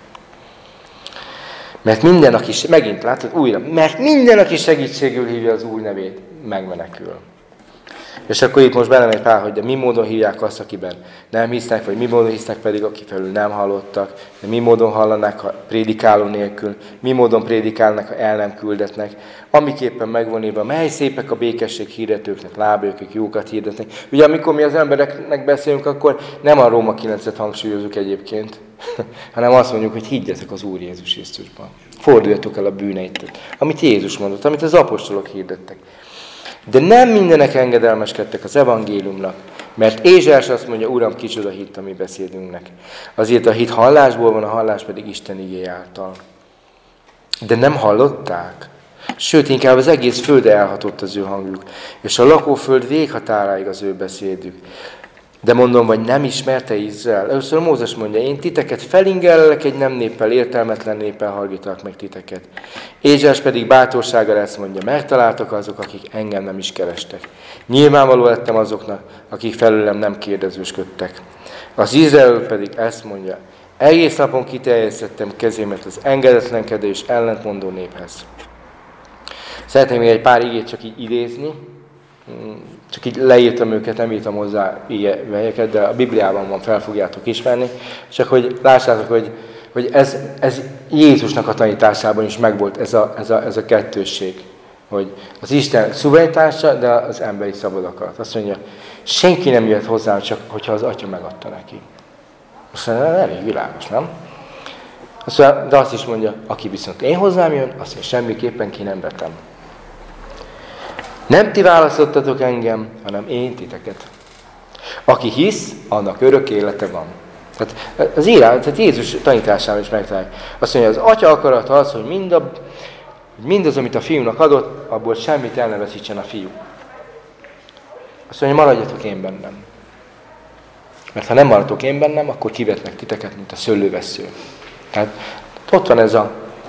Mert minden, aki, megint látod újra, mert minden, aki segítségül hívja az Úr nevét, megmenekül. És akkor itt most belemegy Pál, hogy de mi módon hívják azt, akiben nem hisznek, vagy mi módon hisznek pedig, aki felül nem hallottak, de mi módon hallanak, ha prédikáló nélkül, mi módon prédikálnak, ha el nem küldetnek, amiképpen megvonulva, mely szépek a békesség hirdetőknek, lábők, akik jókat hirdetnek. Ugye amikor mi az embereknek beszélünk, akkor nem a Róma kilencet hangsúlyozunk egyébként, hanem azt mondjuk, hogy higgyetek az Úr Jézus Krisztusban. Forduljatok el a bűneitet, amit Jézus mondott, amit az apostolok hirdettek. De nem mindenek engedelmeskedtek az evangéliumnak, mert Ézsás azt mondja, Uram, kicsoda hitt a mi beszédünknek. Azért a hit hallásból van, a hallás pedig Isten igéje által. De nem hallották. Sőt, inkább az egész föld elhatott az ő hangjuk, és a lakóföld véghatáráig az ő beszédük. De mondom, vagy nem ismerte Izrael. Először Mózes mondja, én titeket felingellek egy nem néppel, értelmetlen néppel hallgatlak meg titeket. Ézsás pedig bátorsággal ezt mondja, megtaláltak azok, akik engem nem is kerestek. Nyilvánvaló lettem azoknak, akik felőlem nem kérdezősködtek. Az Izrael pedig ezt mondja, egész napon kiterjesztettem kezémet az engedetlenkedő és ellentmondó néphez. Szeretném még egy pár igét csak így idézni. Csak így leírtam őket, nem írtam hozzá igevelyeket, de a Bibliában van, fel fogjátok ismerni. Csak hogy lássátok, hogy, hogy ez, ez Jézusnak a tanításában is megvolt ez a, ez, a, ez a kettősség. Hogy az Isten szuverenitása, de az emberi szabad akarat. Azt mondja, senki nem jött hozzám, csak hogyha az Atya megadta neki. Azt mondja, elég világos, nem? Azt mondja, de azt is mondja, aki viszont én hozzám jön, azt mondja, semmiképpen ki nem vetem. Nem ti választottatok engem, hanem én titeket. Aki hisz, annak örök élete van. Tehát az írás, tehát Jézus tanításában is megtaláljuk. Azt mondja, az Atya akarata az, hogy mind a, mindaz, amit a fiúnak adott, abból semmit el ne veszítsen a fiú. Azt mondja, maradjatok én bennem. Mert ha nem maradtok én bennem, akkor kivetnek titeket, mint a szőlővessző. Tehát ott van ez a...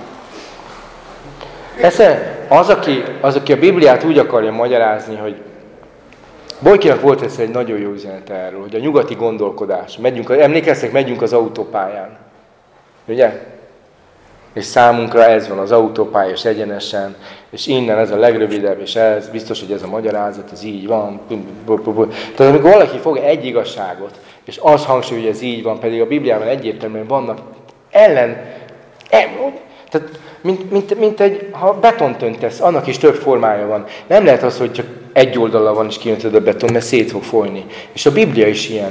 Esze, az, aki, az, aki a Bibliát úgy akarja magyarázni, hogy Bojkinak volt egyszer egy nagyon jó üzenet erről, hogy a nyugati gondolkodás. Megyünk, emlékeztek, megyünk az autópályán. Ugye? És számunkra ez van az autópálya, és egyenesen, és innen ez a legrövidebb, és ez biztos, hogy ez a magyarázat, ez így van. Tehát amikor valaki fog egy igazságot, és az hangsúly, hogy ez így van, pedig a Bibliában egyértelműen vannak ellen, tehát mint, mint, mint egy, ha betont öntesz, annak is több formája van. Nem lehet az, hogy csak egy oldala van, és kijöntöd a beton, mert szét fog folyni. És a Biblia is ilyen.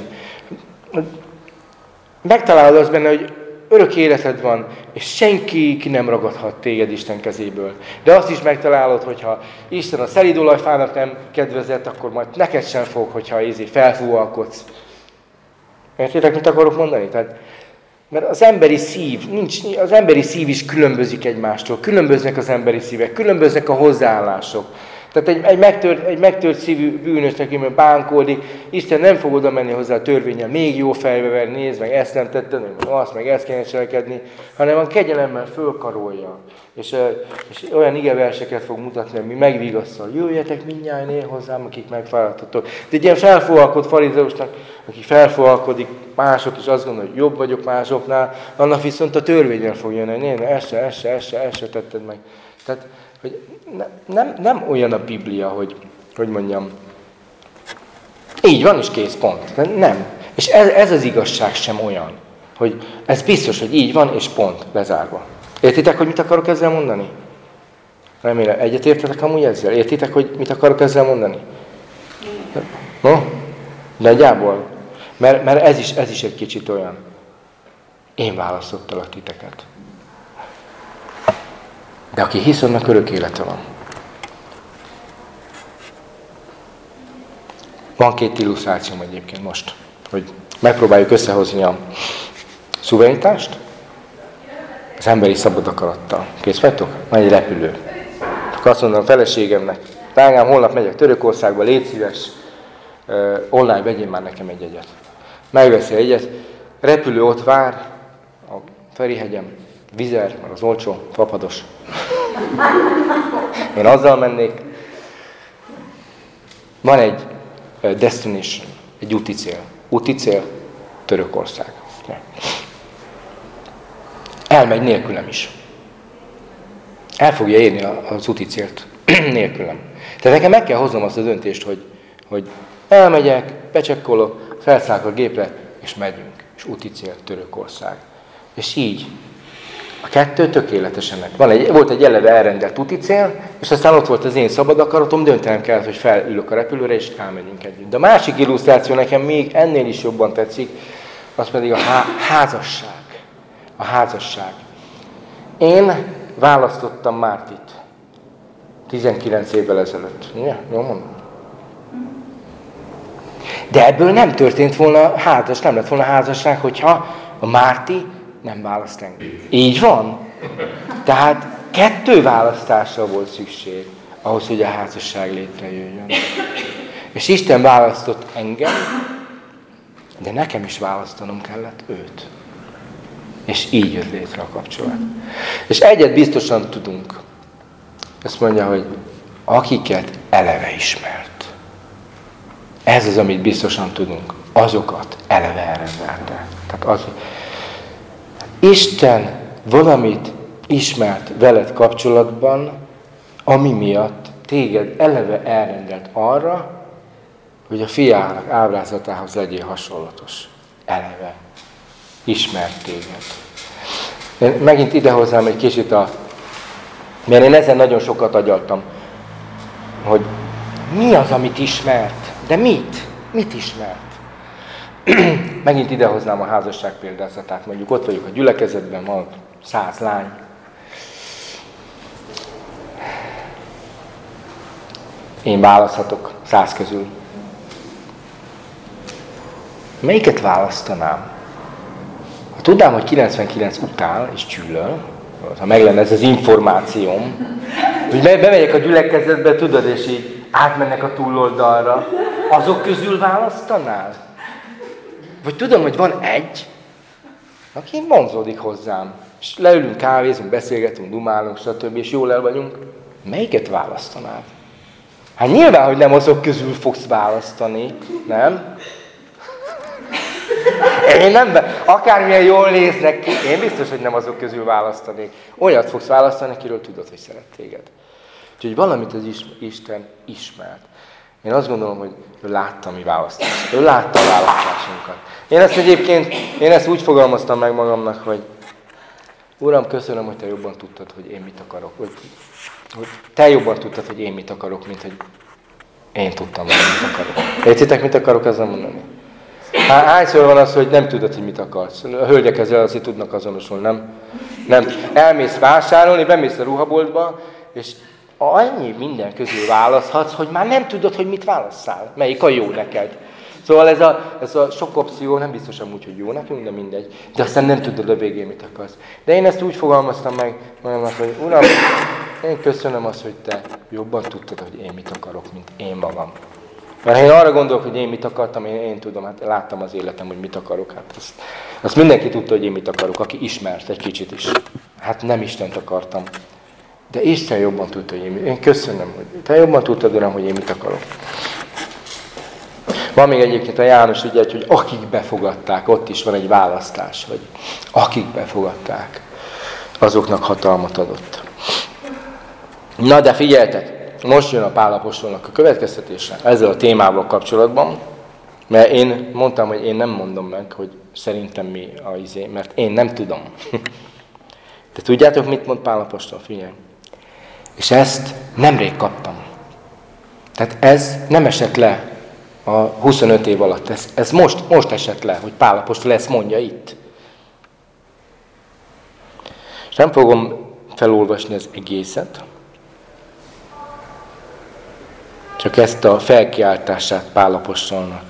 Megtalálod azt benne, hogy örök életed van, és senki ki nem ragadhat téged Isten kezéből. De azt is megtalálod, hogyha Isten a szelídolajfának nem kedvezett, akkor majd neked sem fog, hogyha ízé felfúvalkodsz. Értitek, mit akarok mondani? Tehát, mert az emberi szív, nincs, az emberi szív is különbözik egymástól, különböznek az emberi szívek, különböznek a hozzáállások. Tehát egy, egy, megtört, egy megtört szívű bűnösnek, mert bánkódik, Isten nem fog oda menni hozzá a törvénnyel, még jó fejbe verni, nézd meg, ezt nem tetted, meg azt, meg ezt kéne cselekedni, hanem a kegyelemmel fölkarolja. És, és olyan igeverseket fog mutatni, ami megvigasztal. Jöjjetek mindnyájan én hozzám, akik megfáradtatok. De egy ilyen felfogalkodt farizeusnak, aki felfogalkodik, mások is azt gondolja, hogy jobb vagyok másoknál, annak viszont a törvényel fog jönni, hogy nézd, ezt se, ezt se, ezt se, ezt se tetted meg. Tehát, hogy ne, nem, nem olyan a Biblia, hogy, hogy mondjam, így van, és kész, pont. Nem. És ez, ez az igazság sem olyan, hogy ez biztos, hogy így van, és pont, lezárva. Értitek, hogy mit akarok ezzel mondani? Remélem, egyetértetek amúgy ezzel? Értitek, hogy mit akarok ezzel mondani? No? Nagyjából. Mert, mert ez, is, ez is egy kicsit olyan. Én választottalak titeket. De aki hisz, annak örök élete van. Van két illusztrációm egyébként most, hogy megpróbáljuk összehozni a szuverenitást az emberi szabad akarattal. Kész vagytok? Van egy repülő. Akkor azt mondom a feleségemnek, drágám, holnap megyek Törökországba, légy szíves, uh, online vegyél már nekem egy jegyet. Megveszi egyet, repülő ott vár, a Ferihegyem, Vizer, meg az olcsó, fapados. Én azzal mennék. Van egy uh, destination, egy úti cél. Úti cél, Törökország. Elmegy nélkülem is. El fogja érni az úti célt nélkülem. Tehát nekem meg kell hoznom azt a döntést, hogy, hogy elmegyek, becsekkolok, felszállok a gépre, és megyünk. És úti cél Törökország. És így. A kettő tökéletesen meg. Van egy, volt egy eleve elrendelt úti cél, és aztán ott volt az én szabad akaratom, döntenem kellett, hogy felülök a repülőre, és elmegyünk együtt. De a másik illusztráció nekem még ennél is jobban tetszik, az pedig a há- házasság. A házasság. Én választottam Mártit. tizenkilenc évvel ezelőtt. Ja, jól mondom? De ebből nem történt volna házas, nem lett volna házasság, hogyha a Márti nem választ engem. Így van. Tehát kettő választásra volt szükség ahhoz, hogy a házasság létrejöjjön. És Isten választott engem, de nekem is választanom kellett őt. És így jött létre a kapcsolat. És egyet biztosan tudunk. Azt mondja, hogy akiket eleve ismert. Ez az, amit biztosan tudunk. Azokat eleve elrendelte. Tehát az, Isten valamit ismert veled kapcsolatban, ami miatt téged eleve elrendelt arra, hogy a fiának ábrázatához legyél hasonlatos. Eleve. Ismert téged. Én megint idehoznám egy kicsit a... Mert én ezen nagyon sokat agyaltam, hogy mi az, amit ismert? De mit? Mit ismert? Megint idehoznám a házasság példázatát. Mondjuk ott vagyok a gyülekezetben, van száz lány. Én választhatok száz közül. Melyiket választanám? Ha tudnám, hogy kilencvenkilenc utál és csűlöl, ha meg lenne ez az információm, hogy bemegyek a gyülekezetbe, tudod, és így átmennek a túloldalra, azok közül választanál? Vagy tudom, hogy van egy, aki vonzódik hozzám, és leülünk, kávézunk, beszélgetünk, dumálunk, stb., és jól el vagyunk. Melyiket választanád? Hát nyilván, hogy nem azok közül fogsz választani, nem? Én nem, akármilyen jól néznek ki, én biztos, hogy nem azok közül választanék. Olyat fogsz választani, akiről tudod, hogy szeret téged. Úgyhogy valamit az Isten ismert. Én azt gondolom, hogy ő látta a mi választásunkat. Ő látta a választásunkat. Én ezt egyébként, én ezt úgy fogalmaztam meg magamnak, hogy Uram, köszönöm, hogy te jobban tudtad, hogy én mit akarok. Hogy, hogy te jobban tudtad, hogy én mit akarok, mint hogy én tudtam, hogy mit akarok. Értitek, mit akarok ezzel mondani? Hányszor van az, hogy nem tudod, hogy mit akarsz? A hölgyek ezzel azért tudnak azonosulni, nem? Nem. Elmész vásárolni, bemész a ruhaboltba, és annyi minden közül választhatsz, hogy már nem tudod, hogy mit válasszál. Melyik a jó neked. Szóval ez a, ez a sok opció nem biztos amúgy, hogy jó nekünk, de mindegy. De aztán nem tudod a végén, mit akarsz. De én ezt úgy fogalmaztam meg, hogy Uram, én köszönöm azt, hogy te jobban tudtad, hogy én mit akarok, mint én magam. Mert ha én arra gondolok, hogy én mit akartam, én, én tudom, hát láttam az életem, hogy mit akarok. Hát azt, azt mindenki tudta, hogy én mit akarok, aki ismert egy kicsit is. Hát nem Istent akartam. De Isten jobban tudta, hogy én, én köszönöm, hogy te jobban tudtad, Uram, hogy én mit akarok. Van még egyébként a János ügy, hogy akik befogadták, ott is van egy választás, hogy akik befogadták, azoknak hatalmat adott. Na de figyeljetek, most jön a Pál apostolnak a következtetése ezzel a témával kapcsolatban, mert én mondtam, hogy én nem mondom meg, hogy szerintem mi a izé, mert én nem tudom. De tudjátok, mit mond Pál apostol? Figyelj. És ezt nemrég kaptam. Tehát ez nem esett le a huszonöt év alatt. Ez, ez most, most esett le, hogy Pál apostol ezt mondja itt. És nem fogom felolvasni az egészet, csak ezt a felkiáltását Pál apostolnak.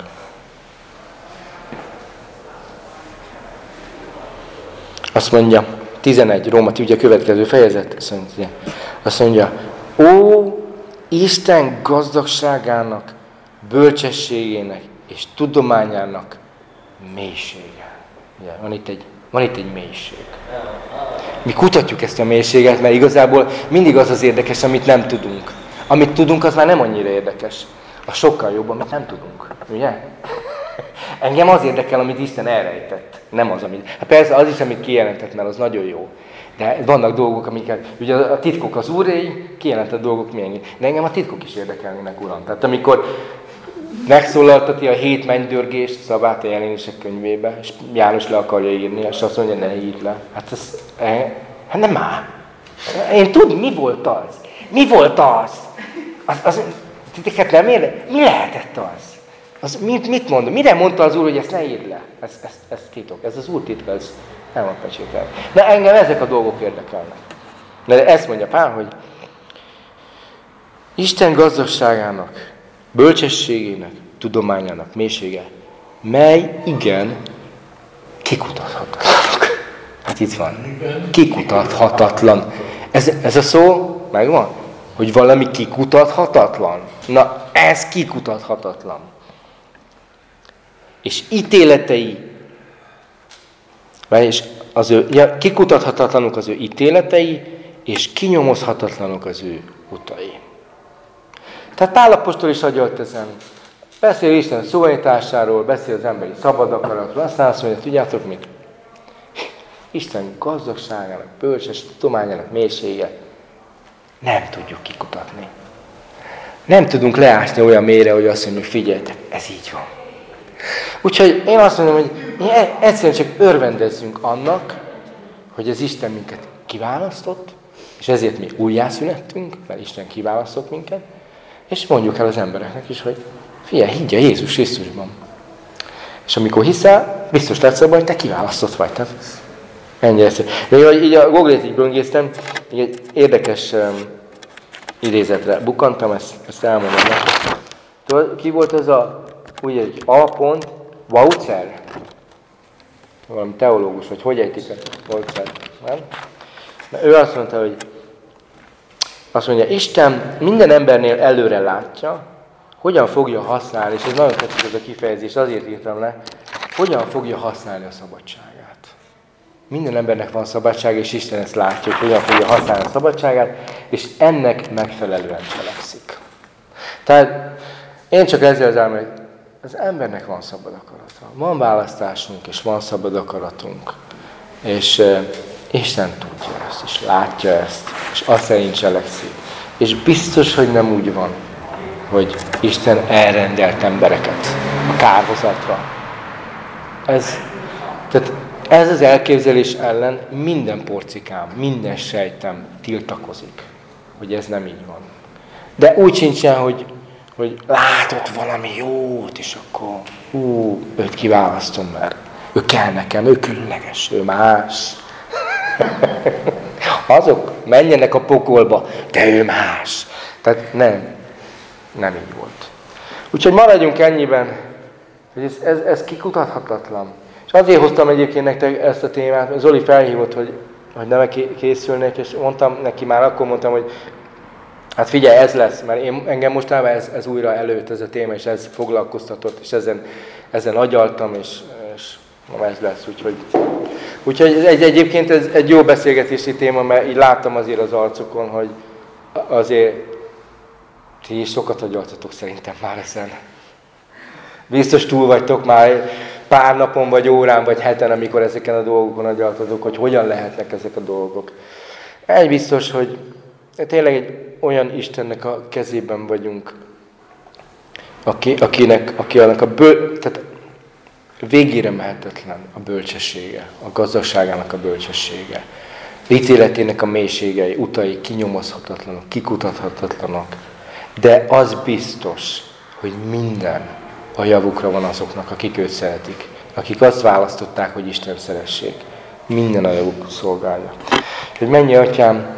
Azt mondja, tizenegy, Róma tíz, a következő fejezet, azt mondja, azt mondja, ó, Isten gazdagságának, bölcsességének és tudományának mélysége. Ugye, van itt egy, van itt egy mélység. Mi kutatjuk ezt a mélységet, mert igazából mindig az az érdekes, amit nem tudunk. Amit tudunk, az már nem annyira érdekes. A sokkal jobb, amit nem tudunk. Ugye? Engem az érdekel, amit Isten elrejtett. Nem az, amit... Hát persze az is, amit kijelentett, mert az nagyon jó. De vannak dolgok, amiket... Ugye a titkok az Úréi, kijelentett dolgok milyen. De engem a titkok is érdekelnének, Uram. Tehát amikor megszólaltati a hét mennydörgést szabát a jelenések könyvébe, és János le akarja írni, és azt mondja, ne írd le. Hát ez... Hát nem már. Én tudom, mi volt az? Mi volt az? Az, az titeket nem érde? Mi lehetett az? az mit, mit mondom? Mire mondta az Úr, hogy ezt ne írd le? Ez, ez, ez titok, ez az Úr titka, ez nem van pecsétel. De engem ezek a dolgok érdekelnek. De ezt mondja Pál, hogy Isten gazdagságának, bölcsességének, tudományának mélysége, mely igen kikutathatatlan. Hát itt van. Kikutathatatlan. Ez, ez a szó megvan? Hogy valami kikutathatatlan. Na, ez kikutathatatlan. És ítéletei, és az ő, ja, kikutathatatlanok az ő ítéletei, és kinyomozhatatlanok az ő utai. Tehát Pál apostol is agyalt ezen. Beszél Isten szuverenitásáról, beszél az emberi szabad akaratról, aztán azt mondja, tudjátok mit? Isten gazdagságának, bölcsess tudományának mélysége nem tudjuk kikutatni. Nem tudunk leásni olyan mélyre, hogy azt mondjuk, figyeljetek, ez így van. Úgyhogy én azt mondom, hogy egyszerűen csak örvendezzünk annak, hogy az Isten minket kiválasztott, és ezért mi újjászülettünk, mert Isten kiválasztott minket, és mondjuk el az embereknek is, hogy figyelj, higgy a Jézus Krisztusban. És amikor hiszel, biztos lesz abban, hogy te kiválasztott vagy. Tehát ennyi egyszerű. De így a Google-t így böngésztem, így egy érdekes um, idézetre bukkantam, ezt, ezt elmondom nektek. Tudod, ki volt ez a, úgy egy A. Vautzer? Valami teológus, vagy hogy ejtik a Vautzer, nem? Na, ő azt mondta, hogy azt mondja, Isten minden embernél előre látja, hogyan fogja használni, és ez nagyon tetszik ez a kifejezés, azért írtam le, hogyan fogja használni a szabadságát. Minden embernek van szabadság, és Isten ezt látja, hogy hogyan fogja használni a szabadságát, és ennek megfelelően cselekszik. Tehát én csak ezzel az elmondom, hogy az embernek van szabad akarata. Van választásunk, és van szabad akaratunk. És uh, Isten tudja ezt, és látja ezt, és azt szerint cselekszik. És biztos, hogy nem úgy van, hogy Isten elrendelt embereket a kárhozatra. Ez, tehát ez az elképzelés ellen minden porcikám, minden sejtem tiltakozik, hogy ez nem így van. De úgy sincsen, hogy, hogy látok valami jót, és akkor hú, őt kiválasztom, mert ő kell nekem, ő különleges, ő más. Azok menjenek a pokolba, de ő más. Tehát nem, nem így volt. Úgyhogy maradjunk ennyiben, hogy ez, ez, ez kikutathatatlan. És azért hoztam egyébként nektek ezt a témát, mert Zoli felhívott, hogy hogy nem készülnék, és mondtam neki, már akkor mondtam, hogy hát figyelj, ez lesz, mert én, engem mostában ez, ez újra előtt, ez a téma, és ez foglalkoztatott, és ezen, ezen agyaltam, és, és ma ez lesz, úgyhogy... Úgyhogy egy, egyébként ez egy jó beszélgetési téma, mert így láttam azért az arcokon, hogy azért ti is sokat agyaltatok szerintem már ezen. Biztos túl vagytok már pár napon, vagy órán, vagy heten, amikor ezeken a dolgokon agyaltatok, hogy hogyan lehetnek ezek a dolgok. Egy biztos, hogy tényleg egy olyan Istennek a kezében vagyunk, aki, akinek, aki annak a bő, tehát végére mehetetlen a bölcsessége, a gazdaságának a bölcsessége, ítéletének a mélységei, utai kinyomozhatatlanok, kikutathatatlanok, de az biztos, hogy minden a javukra van azoknak, akik őt szeretik, akik azt választották, hogy Isten szeressék. Minden a javuk szolgálja. Hogy mennyi Atyám,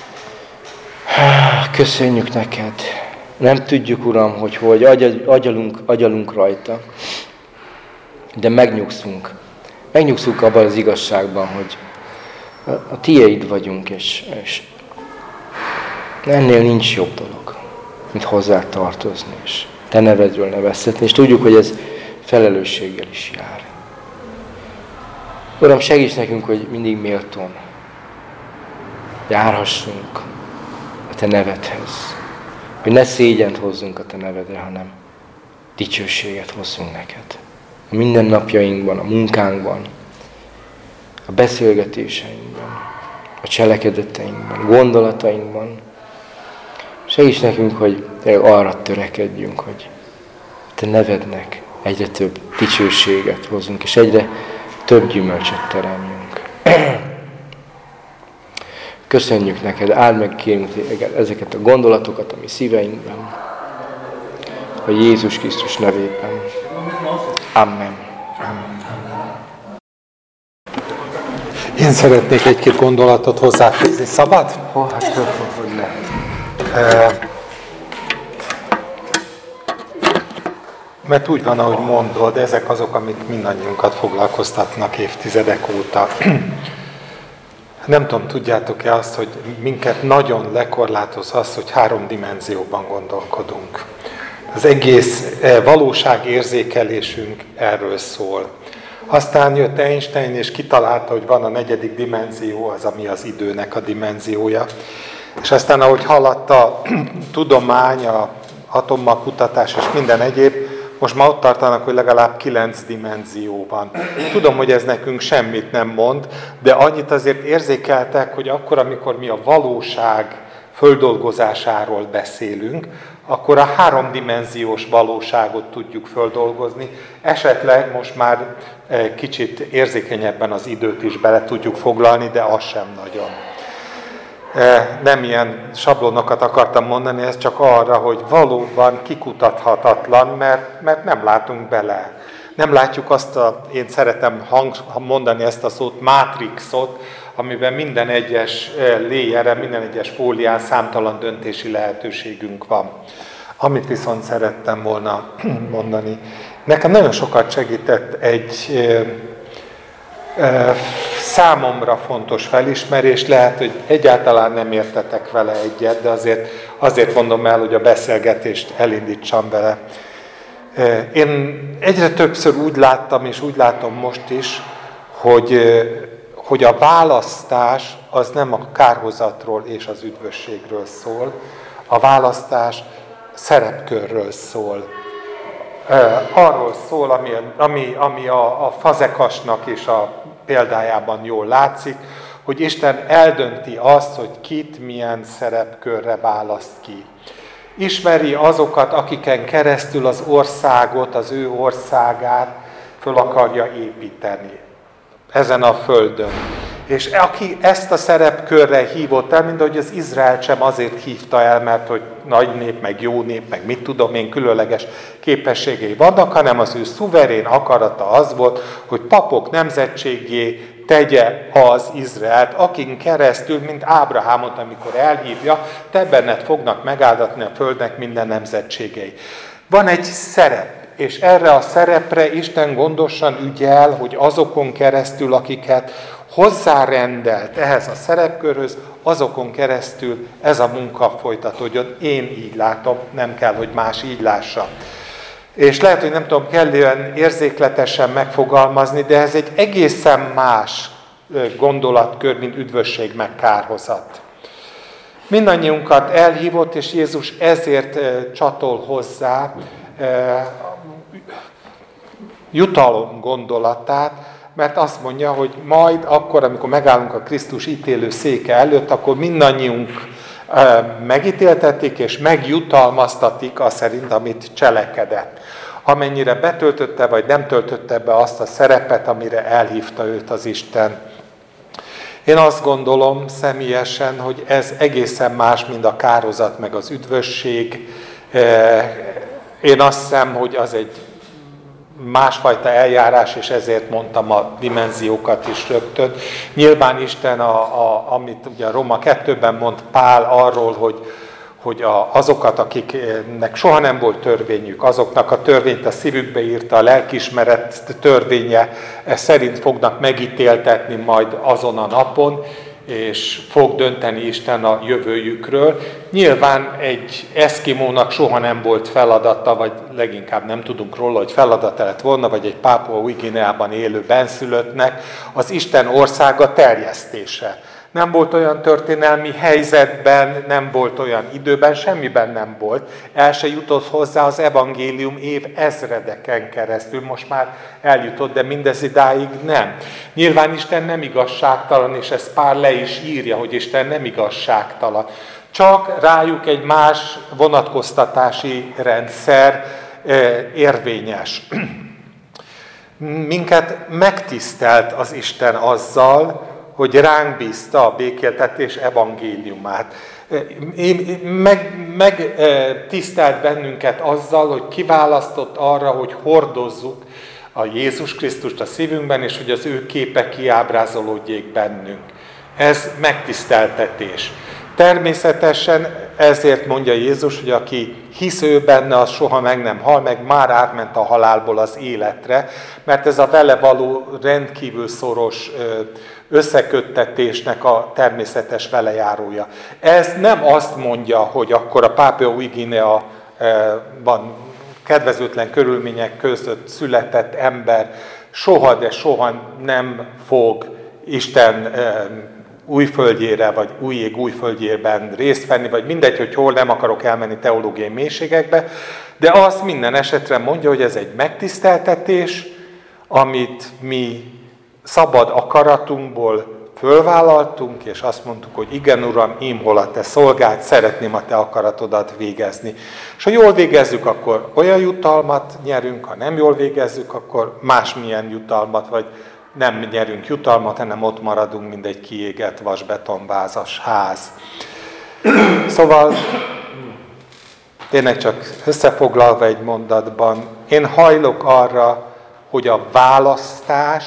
köszönjük neked. Nem tudjuk, Uram, hogy hogy agyalunk, agyalunk rajta, de megnyugszunk. Megnyugszunk abban az igazságban, hogy a tiéd vagyunk, és, és ennél nincs jobb dolog, mint hozzá tartozni, és te nevedről neveztetni, és tudjuk, hogy ez felelősséggel is jár. Uram, segíts nekünk, hogy mindig méltón járhassunk a te nevedhez, hogy ne szégyent hozzunk a te nevedre, hanem dicsőséget hozzunk neked. A mindennapjainkban, a munkánkban, a beszélgetéseinkben, a cselekedeteinkben, gondolatainkban. Segíts nekünk, hogy arra törekedjünk, hogy te nevednek egyre több dicsőséget hozzunk, és egyre több gyümölcsöt teremjünk. Köszönjük neked, áld meg kérünk ezeket a gondolatokat a mi szíveinkben, a Jézus Krisztus nevében. Amen. Én szeretnék egy-két gondolatot hozzáfűzni. Szabad? Oh, hát hogy ne. Mert úgy van, ahogy mondod, ezek azok, amik mindannyiunkat foglalkoztatnak évtizedek óta. Nem tudom, tudjátok-e azt, hogy minket nagyon lekorlátoz az, hogy három dimenzióban gondolkodunk. Az egész valóságérzékelésünk erről szól. Aztán jött Einstein, és kitalálta, hogy van a negyedik dimenzió, az, ami az időnek a dimenziója. És aztán, ahogy haladt a tudomány, a atomkutatás és minden egyéb, most már ott tartanak, hogy legalább kilenc dimenzió van. Tudom, hogy ez nekünk semmit nem mond, de annyit azért érzékeltek, hogy akkor, amikor mi a valóság földolgozásáról beszélünk, akkor a háromdimenziós valóságot tudjuk földolgozni. Esetleg most már kicsit érzékenyebben az időt is bele tudjuk foglalni, de az sem nagyon. Nem ilyen sablonokat akartam mondani, ez csak arra, hogy valóban kikutathatatlan, mert, mert nem látunk bele. Nem látjuk azt a, én szeretem hang, mondani ezt a szót, mátrixot, amiben minden egyes léjere, minden egyes fólián számtalan döntési lehetőségünk van. Amit viszont szerettem volna mondani. Nekem nagyon sokat segített egy e, e, számomra fontos felismerés, lehet, hogy egyáltalán nem értetek vele egyet, de azért, azért mondom el, hogy a beszélgetést elindítsam vele. E, én egyre többször úgy láttam, és úgy látom most is, hogy, hogy a választás az nem a kárhozatról és az üdvösségről szól, a választás szerepkörről szól. Arról szól, ami, ami, ami a, a fazekasnak is a példájában jól látszik, hogy Isten eldönti azt, hogy kit milyen szerepkörre választ ki. Ismeri azokat, akiken keresztül az országot, az ő országát föl akarja építeni ezen a földön. És aki ezt a szerepkörre hívott el, mint ahogy az Izrael sem azért hívta el, mert hogy nagy nép, meg jó nép, meg mit tudom én, különleges képességei vannak, hanem az ő szuverén akarata az volt, hogy papok nemzetségé tegye az Izraelt, akin keresztül, mint Ábrahámot, amikor elhívja, te benned fognak megáldatni a földnek minden nemzetségei. Van egy szerep, És erre a szerepre Isten gondosan ügyel, hogy azokon keresztül, akiket hozzárendelt ehhez a szerepkörhöz, azokon keresztül ez a munka folytatódjon. Én így látom, nem kell, hogy más így lássa. És lehet, hogy nem tudom kellően érzékletesen megfogalmazni, de ez egy egészen más gondolatkör, mint üdvösség meg kárhozat. Mindannyiunkat elhívott, és Jézus ezért csatol hozzá jutalom gondolatát, mert azt mondja, hogy majd akkor, amikor megállunk a Krisztus ítélő széke előtt, akkor mindannyiunk megítéltetik és megjutalmaztatik azt szerint, amit cselekedett. Amennyire betöltötte, vagy nem töltötte be azt a szerepet, amire elhívta őt az Isten. Én azt gondolom személyesen, hogy ez egészen más, mint a kárhozat, meg az üdvösség. Én azt hiszem, hogy az egy másfajta eljárás, és ezért mondtam a dimenziókat is rögtön. Nyilván Isten, a, a, amit ugye a Róma kettőben mond Pál arról, hogy, hogy a, azokat, akiknek soha nem volt törvényük, azoknak a törvényt a szívükbe írta, a lelkiismeret törvénye szerint fognak megítéltetni majd azon a napon, és fog dönteni Isten a jövőjükről. Nyilván egy eszkimónak soha nem volt feladata, vagy leginkább nem tudunk róla, hogy feladata lett volna, vagy egy Pápua Új-Guineában élő benszülöttnek az Isten országa terjesztése. Nem volt olyan történelmi helyzetben, nem volt olyan időben, semmiben nem volt. El se jutott hozzá az evangélium év ezredeken keresztül. Most már eljutott, de mindez idáig nem. Nyilván Isten nem igazságtalan, és ezt Pál le is írja, hogy Isten nem igazságtalan. Csak rájuk egy más vonatkoztatási rendszer érvényes. Minket megtisztelt az Isten azzal, hogy ránk bízta a békéltetés evangéliumát. Megtisztelt meg bennünket azzal, hogy kiválasztott arra, hogy hordozzuk a Jézus Krisztust a szívünkben, és hogy az ő képe kiábrázolódjék bennünk. Ez megtiszteltetés. Természetesen ezért mondja Jézus, hogy aki hisz ő benne, az soha meg nem hal, meg már átment a halálból az életre, mert ez a vele való rendkívül szoros összeköttetésnek a természetes velejárója. Ez nem azt mondja, hogy akkor a Pápua Új-Guineában kedvezőtlen körülmények között született ember soha, de soha nem fog Isten újföldjére, vagy új ég újföldjében részt venni, vagy mindegy, hogy hol, nem akarok elmenni teológiai mélységekbe, de azt minden esetre mondja, hogy ez egy megtiszteltetés, amit mi szabad akaratunkból fölvállaltunk, és azt mondtuk, hogy igen, Uram, ím hol a te szolgád, szeretném a te akaratodat végezni. És ha jól végezzük, akkor olyan jutalmat nyerünk, ha nem jól végezzük, akkor másmilyen jutalmat, vagy nem nyerünk jutalmat, hanem ott maradunk, mint egy kiégett vasbetonvázas ház. Szóval tényleg csak összefoglalva egy mondatban, én hajlok arra, hogy a választás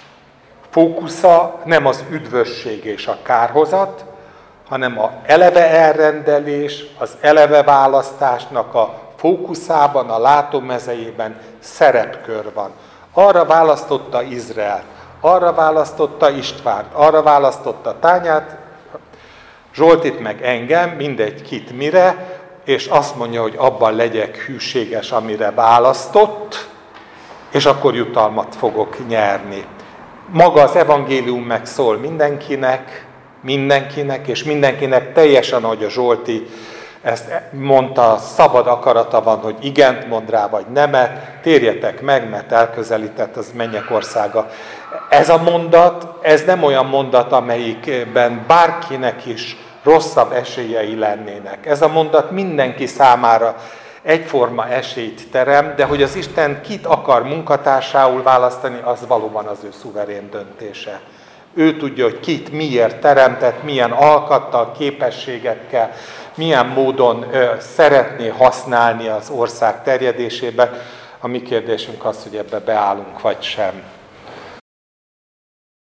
fókusza nem az üdvösség és a kárhozat, hanem a eleve elrendelés, az eleve választásnak a fókuszában, a látómezejében szerepkör van. Arra választotta Izrael, arra választotta Istvánt, arra választotta Tányát, Zsoltit meg engem, mindegy kit mire, és azt mondja, hogy abban legyek hűséges, amire választott, és akkor jutalmat fogok nyerni. Maga az evangélium meg szól mindenkinek, mindenkinek, és mindenkinek teljesen, ahogy a Zsolti ezt mondta, szabad akarata van, hogy igent mond rá, vagy nemet, térjetek meg, mert elközelített az mennyek országa. Ez a mondat, ez nem olyan mondat, amelyikben bárkinek is rosszabb esélyei lennének. Ez a mondat mindenki számára egyforma esélyt terem, de hogy az Isten kit akar munkatársául választani, az valóban az ő szuverén döntése. Ő tudja, hogy kit miért teremtett, milyen alkattal, képességekkel, milyen módon ö, szeretné használni az ország terjedésében. A mi kérdésünk az, hogy ebbe beállunk vagy sem.